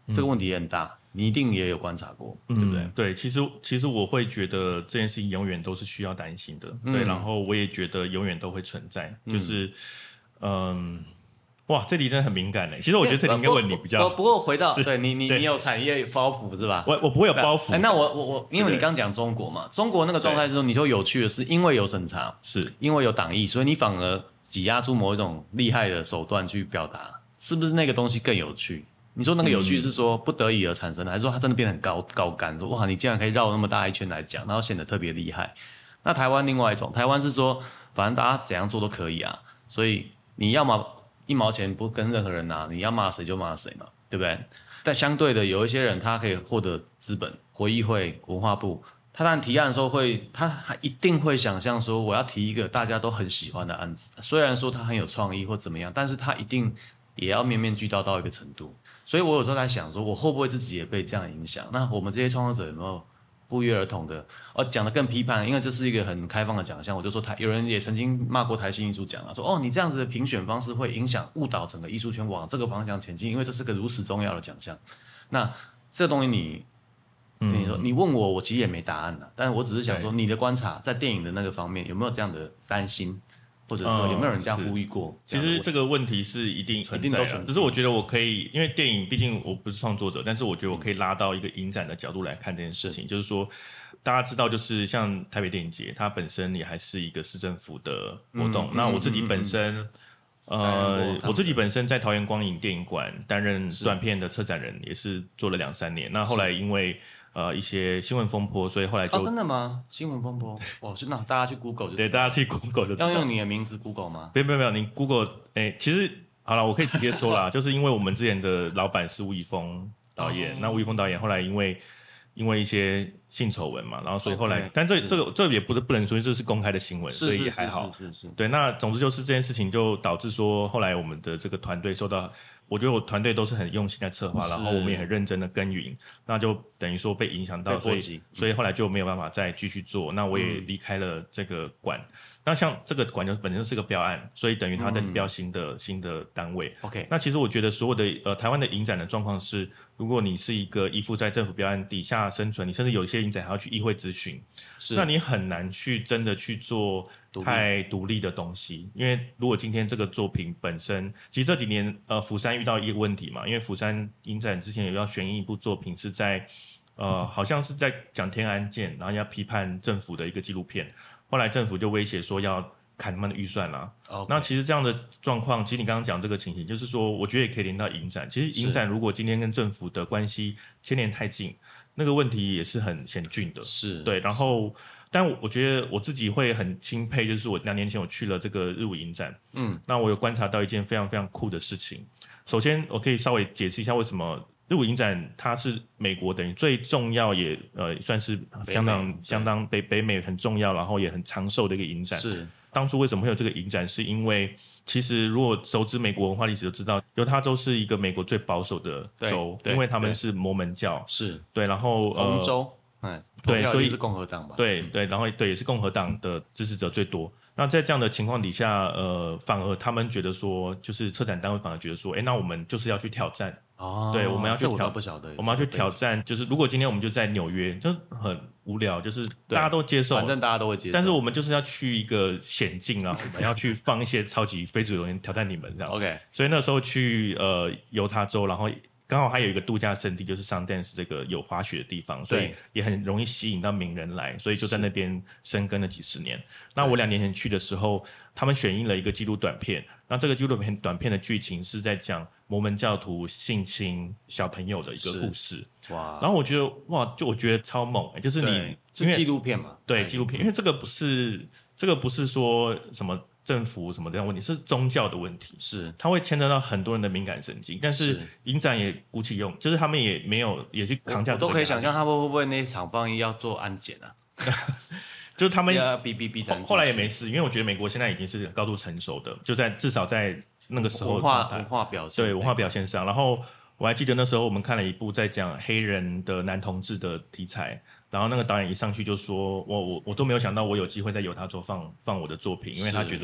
这个问题也很大，你一定也有观察过，嗯、对不对？ 对，其实其实我会觉得这件事情永远都是需要担心的，嗯、对，然后我也觉得永远都会存在，就是嗯。哇，这题真的很敏感嘞。其实我觉得这题应该问你比较。 不过回到对你你你有产业包袱是吧？ 我我不会有包袱。 哎，那我我我，因为你刚讲中国嘛，中国那个状态之后，你就有趣的是，因为有审查， 是因为有党意，所以你反而挤压出某一种厉害的手段去表达，是不是那个东西更有趣？你说那个有趣是说不得已而产生的，还是说它真的变得很高高干？说哇，你竟然可以绕那么大一圈来讲，然后显得特别厉害。那台湾另外一种，台湾是说反正大家怎样做都可以啊，所以你要么一毛钱不跟任何人拿，你要骂谁就骂谁嘛，对不对？但相对的，有一些人他可以获得资本，国议会、文化部，他当然提案的时候会，他还一定会想象说，我要提一个大家都很喜欢的案子，虽然说他很有创意或怎么样，但是他一定也要面面俱到到一个程度。所以我有时候在想说，我会不会自己也被这样影响？那我们这些创作者有没有不约而同的，哦，讲的更批判，因为这是一个很开放的奖项，我就说台有人也曾经骂过台新艺术奖啊，说哦，你这样子的评选方式会影响误导整个艺术圈往这个方向前进，因为这是个如此重要的奖项。那这东西你，你说你问我，我其实也没答案啦，但是我只是想说，你的观察在电影的那个方面有没有这样的担心？或者说有没有人这样呼吁过、嗯？ 其实这个问题是一定存在的，只是我觉得我可以，因为电影毕竟我不是创作者，但是我觉得我可以拉到一个影展的角度来看这件事情，就是说大家知道，就是像台北电影节，它本身也还是一个市政府的活动。嗯、那我自己本身，嗯嗯、呃，我自己本身在桃园光影电影馆担任短片的策展人，也是做了两三年。那后来因为呃，一些新闻风波，所以后来就、 哦、真的吗？新闻风波，哇，就那大家去 Google 就对，大家去 Google 就知道。 要用你的名字 Google 吗？ 没有没有没有，你 Google， 哎、欸，其实好了，我可以直接说啦，就是因为我们之前的老板是吴宇峰导演，哦、那吴宇峰导演后来因为因为一些性丑闻嘛，然后所以后来， okay, 但这这个这也不是不能说这是公开的新闻，所以也还好。 是是 是, 是, 是对，那总之就是这件事情就导致说，后来我们的这个团队受到。我觉得我团队都是很用心在策划，然后我们也很认真的耕耘，那就等于说被影响到，所以所以后来就没有办法再继续做。那我也离开了这个馆。嗯、那像这个馆就本身是个标案，所以等于他在标新的、嗯、新的单位。 OK， 那其实我觉得所有的呃台湾的影展的状况是，如果你是一个依附在政府标案底下生存，你甚至有一些影展还要去议会咨询，是，那你很难去真的去做太独立的东西，因为如果今天这个作品本身，其实这几年呃釜山遇到一个问题嘛，因为釜山影展之前有要选一部作品是在呃好像是在讲天安舰，然后要批判政府的一个纪录片，后来政府就威胁说要砍他们的预算啦、啊。Okay. 那其实这样的状况，其实你刚刚讲这个情形，就是说我觉得也可以连到影展。其实影展如果今天跟政府的关系牵连太近，那个问题也是很险峻的。 是对，然后。但我觉得我自己会很钦佩，就是我两年前我去了这个日舞影展，嗯，那我有观察到一件非常非常酷的事情。首先，我可以稍微解释一下为什么日舞影展它是美国等于最重要也呃算是相当相当北北美很重要，然后也很长寿的一个影展。 是当初为什么会有这个影展？是因为其实如果熟知美国文化历史就知道，犹他州是一个美国最保守的州，因为他们是摩门教， 是对，然后呃。红州嗯，对，所以是共和党吧？ 对对，然后对也是共和党的支持者最多。那在这样的情况底下，呃，反而他们觉得说，就是策展单位反而觉得说，哎，那我们就是要去挑战哦，对，我们要去挑， 我不晓得， 我们要去挑战，就是如果今天我们就在纽约，就是很无聊，就是大家都接受， 反正大家都会接受， 但是我们就是要去一个险境啊，我们要去放一些超级非主流人挑战你们这样。 OK， 所以那时候去呃犹他州，然后。刚好还有一个度假胜地，就是 Sundance 这个有滑雪的地方，所以也很容易吸引到名人来，所以就在那边生根了几十年。那我两年前去的时候，他们选映了一个纪录短片，那这个纪录片短片的剧情是在讲摩门教徒性侵小朋友的一个故事。哇！然后我觉得哇，就我觉得超猛、欸，就是你是纪录片嘛？ 对，纪录片，因为这个不是这个不是说什么。政府什么这样问题是宗教的问题， 是它会牵扯到很多人的敏感神经，但是影展也鼓起用，就是他们也没有也去扛下这个， 我都可以想象他们会不会那一场放映要做安检啊？ 就是他们要哔哔哔才能， 后来也没事，因为我觉得美国现在已经是高度成熟的，就在至少在那个时候文化文化表现对文化表现上，然后我还记得那时候我们看了一部在讲黑人的男同志的题材。然后那个导演一上去就说：“我我我都没有想到我有机会在犹他州放放我的作品，因为他觉得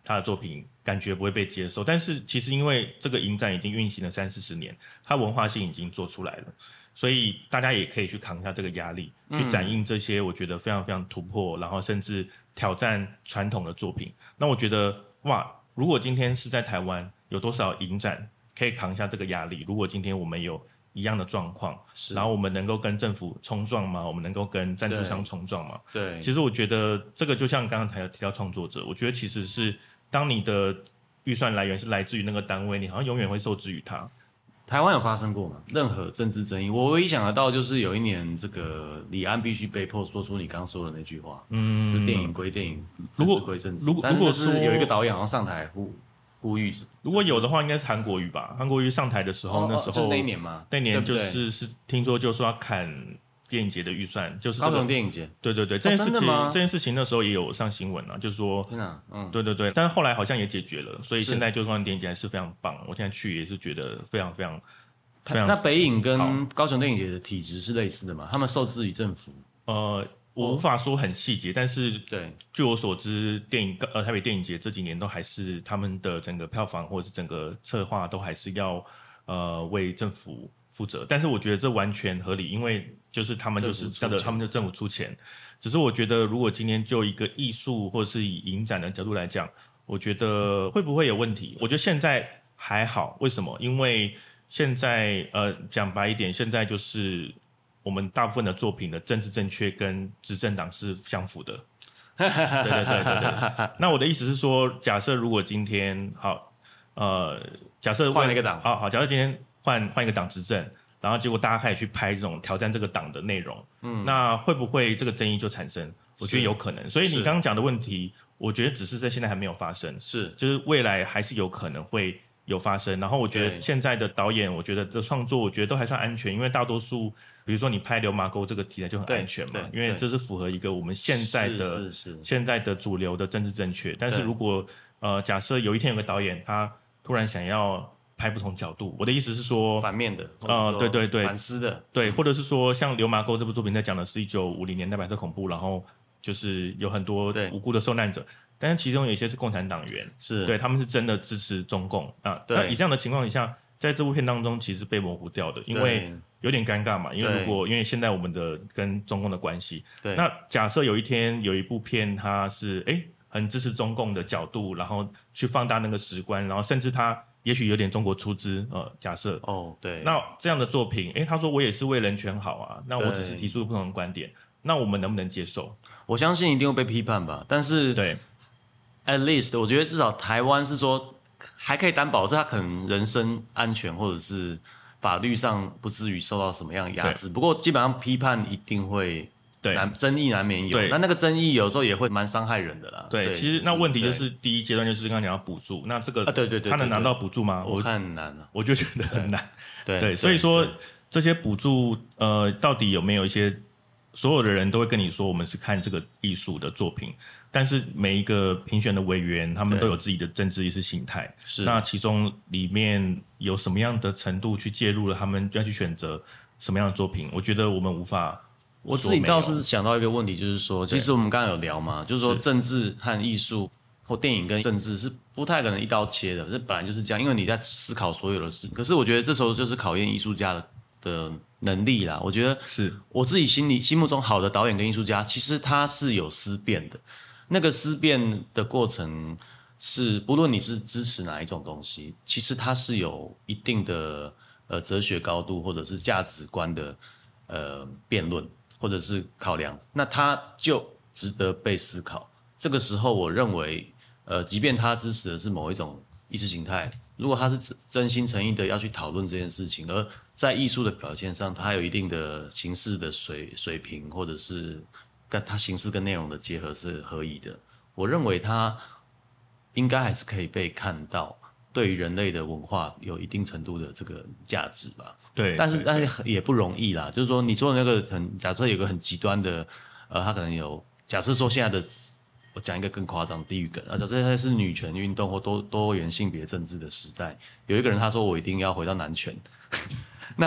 他的作品感觉不会被接受。但是其实因为这个影展已经运行了三四十年，它文化性已经做出来了，所以大家也可以去扛一下这个压力，去展映这些我觉得非常非常突破，然后甚至挑战传统的作品。那我觉得哇，如果今天是在台湾，有多少影展可以扛下这个压力？如果今天我们有一样的状况，然后我们能够跟政府冲撞吗？我们能够跟赞助商冲撞吗？ 对， 其实我觉得这个就像刚刚提到创作者，我觉得其实是当你的预算来源是来自于那个单位，你好像永远会受制于它。 台湾有发生过吗？任何政治争议，我唯一想得到就是有一年这个李安必须被迫说出你刚刚说的那句话，嗯，就电影归电影，政治归政治。 如果如果说有一个导演好像上台呼呼吁， 如果有的话，应该是韩国瑜吧？韩国瑜上台的时候，哦、那时候、就是、 那一年嘛， 那年就是对对是听说就说要砍电影节的预算，就是、这个、 高雄电影节。 对对对，这件事情、哦、这件事情那时候也有上新闻啊，就是说， 天哪，嗯， 对对对，但是后来好像也解决了，所以现在就高雄电影节还是非常棒。我现在去也是觉得非常非常非常。 那北影跟高雄电影节的体制是类似的吗？他们受制于政府？ 呃。我无法说很细节，但是对， 据我所知，电影呃台北电影节这几年都还是他们的整个票房或者是整个策划都还是要呃为政府负责，但是我觉得这完全合理，因为就是他们就是叫做他们的政府出钱。只是我觉得如果今天就一个艺术或者是以影展的角度来讲，我觉得会不会有问题？我觉得现在还好，为什么？因为现在呃讲白一点，现在就是我们大部分的作品的政治正确跟执政党是相符的。对对对对对。那我的意思是说，假设如果今天好，呃，假设换了一个党， 好好，假设今天换换一个党执政，然后结果大家开始去拍这种挑战这个党的内容，嗯，那会不会这个争议就产生？我觉得有可能。所以你刚刚讲的问题，我觉得只是在现在还没有发生， 是， 就是未来还是有可能会有发生。然后我觉得现在的导演，我觉得的创作，我觉得都还算安全，因为大多数。比如说你拍流麻沟这个题材就很安全嘛，因为这是符合一个我们现在的现在的主流的政治正确。但是如果呃假设有一天有个导演他突然想要拍不同角度，我的意思是说反面的， 呃对对对， 反思的， 对，或者是说像流麻沟这部作品在讲的是一九五零年代白色恐怖，然后就是有很多无辜的受难者，但是其中有一些是共产党员， 是对他们是真的支持中共啊。那以这样的情况下，在这部片当中其实被模糊掉的，因为有点尴尬嘛，因为如果因为现在我们的跟中共的关系，对，那假设有一天有一部片它是哎很支持中共的角度，然后去放大那个史观，然后甚至它也许有点中国出资，呃，假设哦对， 那这样的作品，哎他说我也是为人权好啊，那我只是提出不同的观点，那我们能不能接受？ 我相信一定会被批判吧，但是对 ，at least 我觉得至少台湾是说还可以担保是他可能人身安全或者是。法律上不至于受到什么样的压制，不过基本上批判一定会难，争议难免有。那那个争议有时候也会蛮伤害人的啦。 对，其实那问题就是第一阶段就是刚刚讲到补助，那这个啊，对对对， 他能拿到补助吗？ 我看很难啊， 我就觉得很难。 对对，所以说这些补助呃，到底有没有一些所有的人都会跟你说，我们是看这个艺术的作品。但是每一个评选的委员，他们都有自己的政治意识形态。 是， 那其中里面有什么样的程度去介入了，他们要去选择什么样的作品？我觉得我们无法。 我自己倒是想到一个问题，就是说，其实我们刚刚有聊嘛，就是说政治和艺术或电影跟政治是不太可能一刀切的，这本来就是这样，因为你在思考所有的事。可是我觉得这时候就是考验艺术家的的能力啦。我觉得是我自己心里心目中好的导演跟艺术家，其实他是有思辨的。那个思辨的过程是，不论你是支持哪一种东西，其实它是有一定的呃哲学高度或者是价值观的呃辩论或者是考量，那它就值得被思考。这个时候，我认为呃，即便他支持的是某一种意识形态，如果他是真心诚意的要去讨论这件事情，而在艺术的表现上，他有一定的形式的水水平，或者是跟它形式跟内容的结合是合宜的，我认为它应该还是可以被看到，对于人类的文化有一定程度的这个价值吧。 对， 但是但是也不容易啦。就是说，你说的那个很，假设有个很极端的，呃，他可能有，假设说现在的，我讲一个更夸张地狱梗啊，假设现在是女权运动或多多元性别政治的时代，有一个人他说我一定要回到男权，那。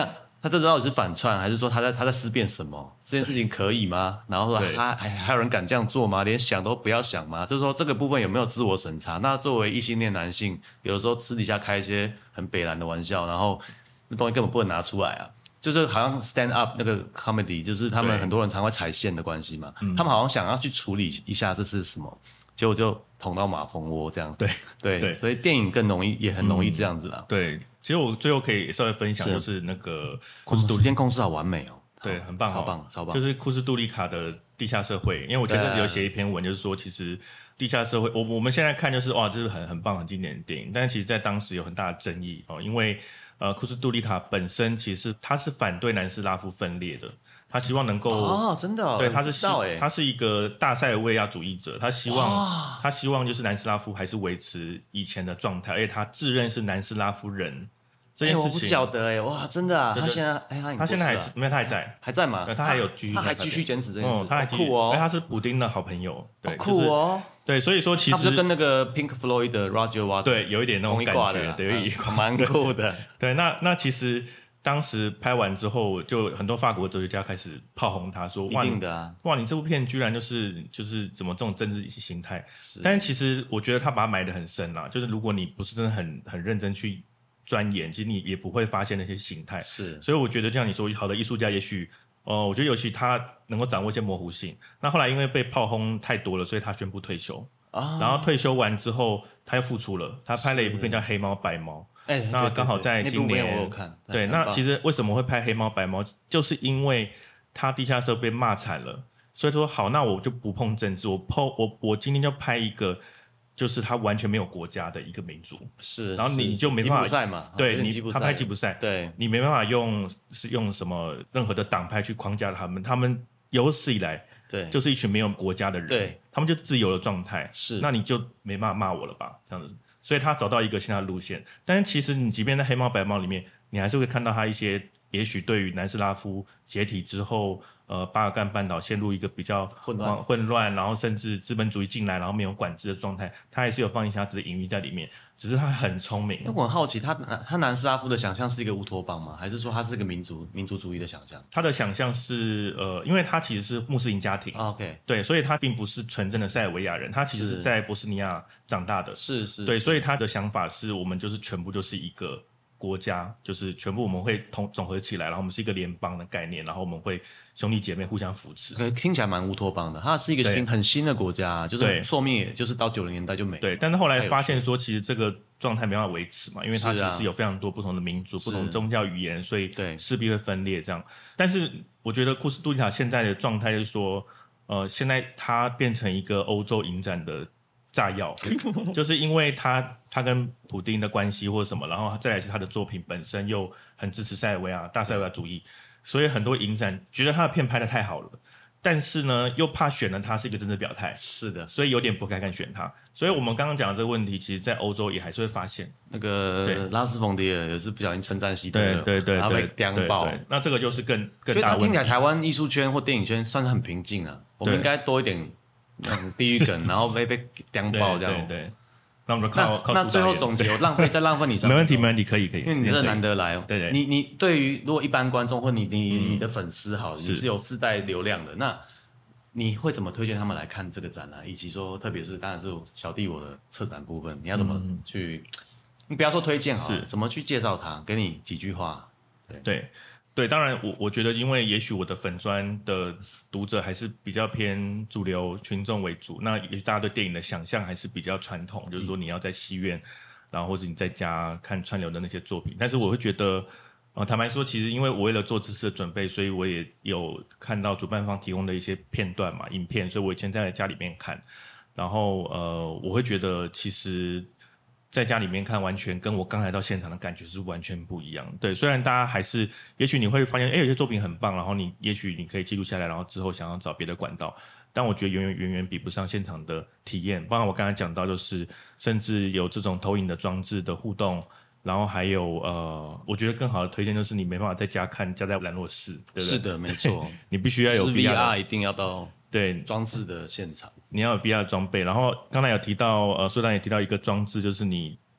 他这到底是反串，还是说他在他在思辨什么？这件事情可以吗？然后说他还还有人敢这样做吗？连想都不要想吗？就是说这个部分有没有自我审查？那作为异性恋男性，有的时候私底下开一些很北蓝的玩笑，然后那东西根本不能拿出来啊。就是好像 stand up 那个 comedy， 就是他们很多人常会踩线的关系嘛，他们好像想要去处理一下这是什么，结果就捅到马蜂窝这样。 对对, 对， 所以电影更容易，也很容易这样子啦。 嗯、对，其实我最后可以稍微分享，就是那个库斯杜时间控制好完美哦。 对，很棒、哦， 超棒，超棒。 就是库斯杜利卡的《地下社会》，因为我前阵子有写一篇文，就是说，其实《地下社会》，我我们现在看就是哇，就是很很棒、很经典的电影，但是其实在当时有很大的争议哦，因为呃，库斯杜利卡本身其实他是反对南斯拉夫分裂的，他希望能够哦，真的、哦， 对，他是希他是一个大塞尔维亚主义者，他希望他希望就是南斯拉夫还是维持以前的状态，而且他自认是南斯拉夫人。这件事情、欸、 我不晓得哎、欸，哇，真的啊！ 对对他现在，哎、欸，他, 他现在还是没有，他还在， 还在吗？ 他还有继续， 他还继续坚持这件事， 哦、他还好酷哦！ 他是普丁的好朋友，对， 好酷哦、 就是！对，所以说其实他不是跟那个 Pink Floyd 的 Roger Waters 对有一点那种感觉，对，有一蛮酷的。 对，那那其实当时拍完之后，就很多法国哲学家开始炮轰他说：“ 一定的啊， 哇，你这部片居然就是就是怎么这种政治形态？”但是其实我觉得他把它埋得很深啦，就是如果你不是真的很很认真去钻研，其实你也不会发现那些形态。 是， 所以我觉得像你说，好的艺术家也许，呃，我觉得尤其他能够掌握一些模糊性。那后来因为被炮轰太多了，所以他宣布退休。啊、然后退休完之后，他又复出了，他拍了一部片叫《黑猫白猫》。 哎， 那刚好在今年， 我有看。 对，那其实为什么会拍《黑猫白猫》，就是因为他地下社被骂惨了，所以说好，那我就不碰政治，我碰我我今天就拍一个。就是他完全没有国家的一个民族， 是， 然后你就没办法， 吉普赛嘛， 对你他拍吉普赛， 对你没办法用是用什么任何的党派去框架他们，他们有史以来对就是一群没有国家的人， 对， 他们就自由的状态， 是， 那你就没办法骂我了吧，这样子，所以他找到一个新的路线，但是其实你即便在黑猫白猫里面，你还是会看到他一些也许对于南斯拉夫解体之后。呃，巴尔干半岛陷入一个比较混乱、 混乱，然后甚至资本主义进来，然后没有管制的状态，他还是有放一下子的隐喻在里面。只是他很聪明。 那我很好奇，他他南斯拉夫的想象是一个乌托邦吗？还是说他是一个民族民族主义的想象？ 他的想象是呃，因为他其实是穆斯林家庭、 哦、，OK， 对，所以他并不是纯正的塞尔维亚人，他其实是在波斯尼亚长大的， 是是， 对，所以他的想法是我们就是全部就是一个。国家就是全部我们会统总合起来，然后我们是一个联邦的概念，然后我们会兄弟姐妹互相扶持。 可听起来蛮乌托邦的，它是一个新很新的国家，就是寿命也就是到九零年代就没了。 对，但是后来发现说，其实这个状态没办法维持嘛，因为它其实有非常多不同的民族、不同宗教语言，所以势必会分裂这样。但是我觉得库斯杜利卡现在的状态就是说，呃，现在它变成一个欧洲影展的。炸药，就是因为他他跟普丁的关系或者什么，然后再来是他的作品本身又很支持塞尔维亚大塞尔维亚主义，所以很多影展觉得他的片拍得太好了，但是呢又怕选了他是一个政治表态， 是的， 所以有点不敢敢选他。所以我们刚刚讲的这个问题，其实在欧洲也还是会发现， 那个拉斯冯迪尔也是不小心称赞希特勒， 对对对， 然后被刁爆， 那这个就是更更大的问题。 听起来台湾艺术圈或电影圈算是很平静啊，我们应该多一点。嗯，地狱梗，然后被被刁爆这样。 对 对, 对，那我们就靠靠那最后总结，我浪费再浪费你， 没问题没问题，可以可以， 因为你这难得来。 对对， 你你对于如果一般观众或你你、嗯、你的粉丝好，你是有自带流量的，那你会怎么推荐他们来看这个展览？以及说，特别是当然是小弟我的策展部分，你要怎么去？嗯、你不要说推荐好，怎么去介绍它？给你几句话。 对对。对，当然我我觉得，因为也许我的粉专的读者还是比较偏主流群众为主，那也许大家对电影的想象还是比较传统，就是说你要在戏院，然后或者你在家看串流的那些作品。但是我会觉得，呃，坦白说，其实因为我为了做这次的准备，所以我也有看到主办方提供的一些片段嘛，影片，所以我以前在家里面看，然后呃，我会觉得其实。在家里面看，完全跟我刚来到现场的感觉是完全不一样。对，虽然大家还是，也许你会发现，哎，有些作品很棒，然后你也许你可以记录下来，然后之后想要找别的管道，但我觉得远远远远比不上现场的体验。包括我刚才讲到，就是甚至有这种投影的装置的互动，然后还有呃，我觉得更好的推荐就是你没办法在家看，加在兰若寺，对不对？ 是的，没错， 你必须要有 V R， 一定要到。 对装置的现场， 你要有 V R 装备。然后刚才有提到，呃，苏丹也提到一个装置，就是你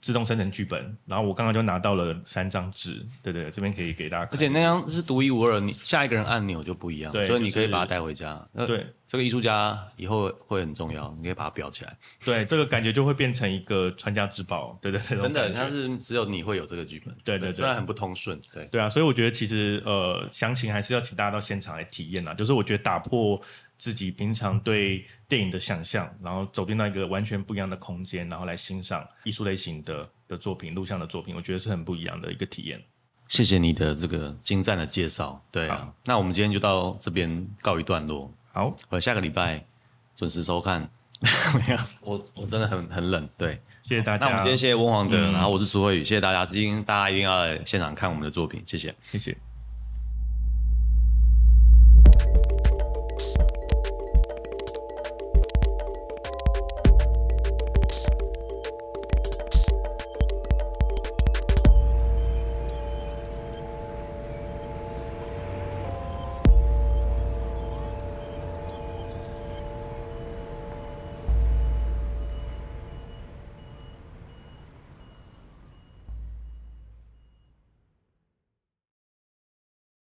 自动生成剧本，然后我刚刚就拿到了三张纸，对对，这边可以给大家看。 而且那张是独一无二，你下一个人按钮就不一样， 对， 所以你可以把它带回家。 对， 这个艺术家以后会很重要，你可以把它裱起来。 对，这个感觉就会变成一个传家之宝，对对对， 真的，它是只有你会有这个剧本， 对对对， 虽然很不通顺，对对啊，所以我觉得其实呃，详情还是要请大家到现场来体验啦，就是我觉得打破自己平常对电影的想象，然后走进到一个完全不一样的空间，然后来欣赏艺术类型的的作品、录像的作品，我觉得是很不一样的一个体验。 谢谢你的这个精湛的介绍。对啊，那我们今天就到这边告一段落。 好， 我下个礼拜准时收看。没有，我我真的很很冷。对， 谢谢大家。 那我们今天谢谢温黄德，嗯、然后我是苏慧宇，谢谢大家，今天大家一定要来现场看我们的作品，谢谢， 谢谢。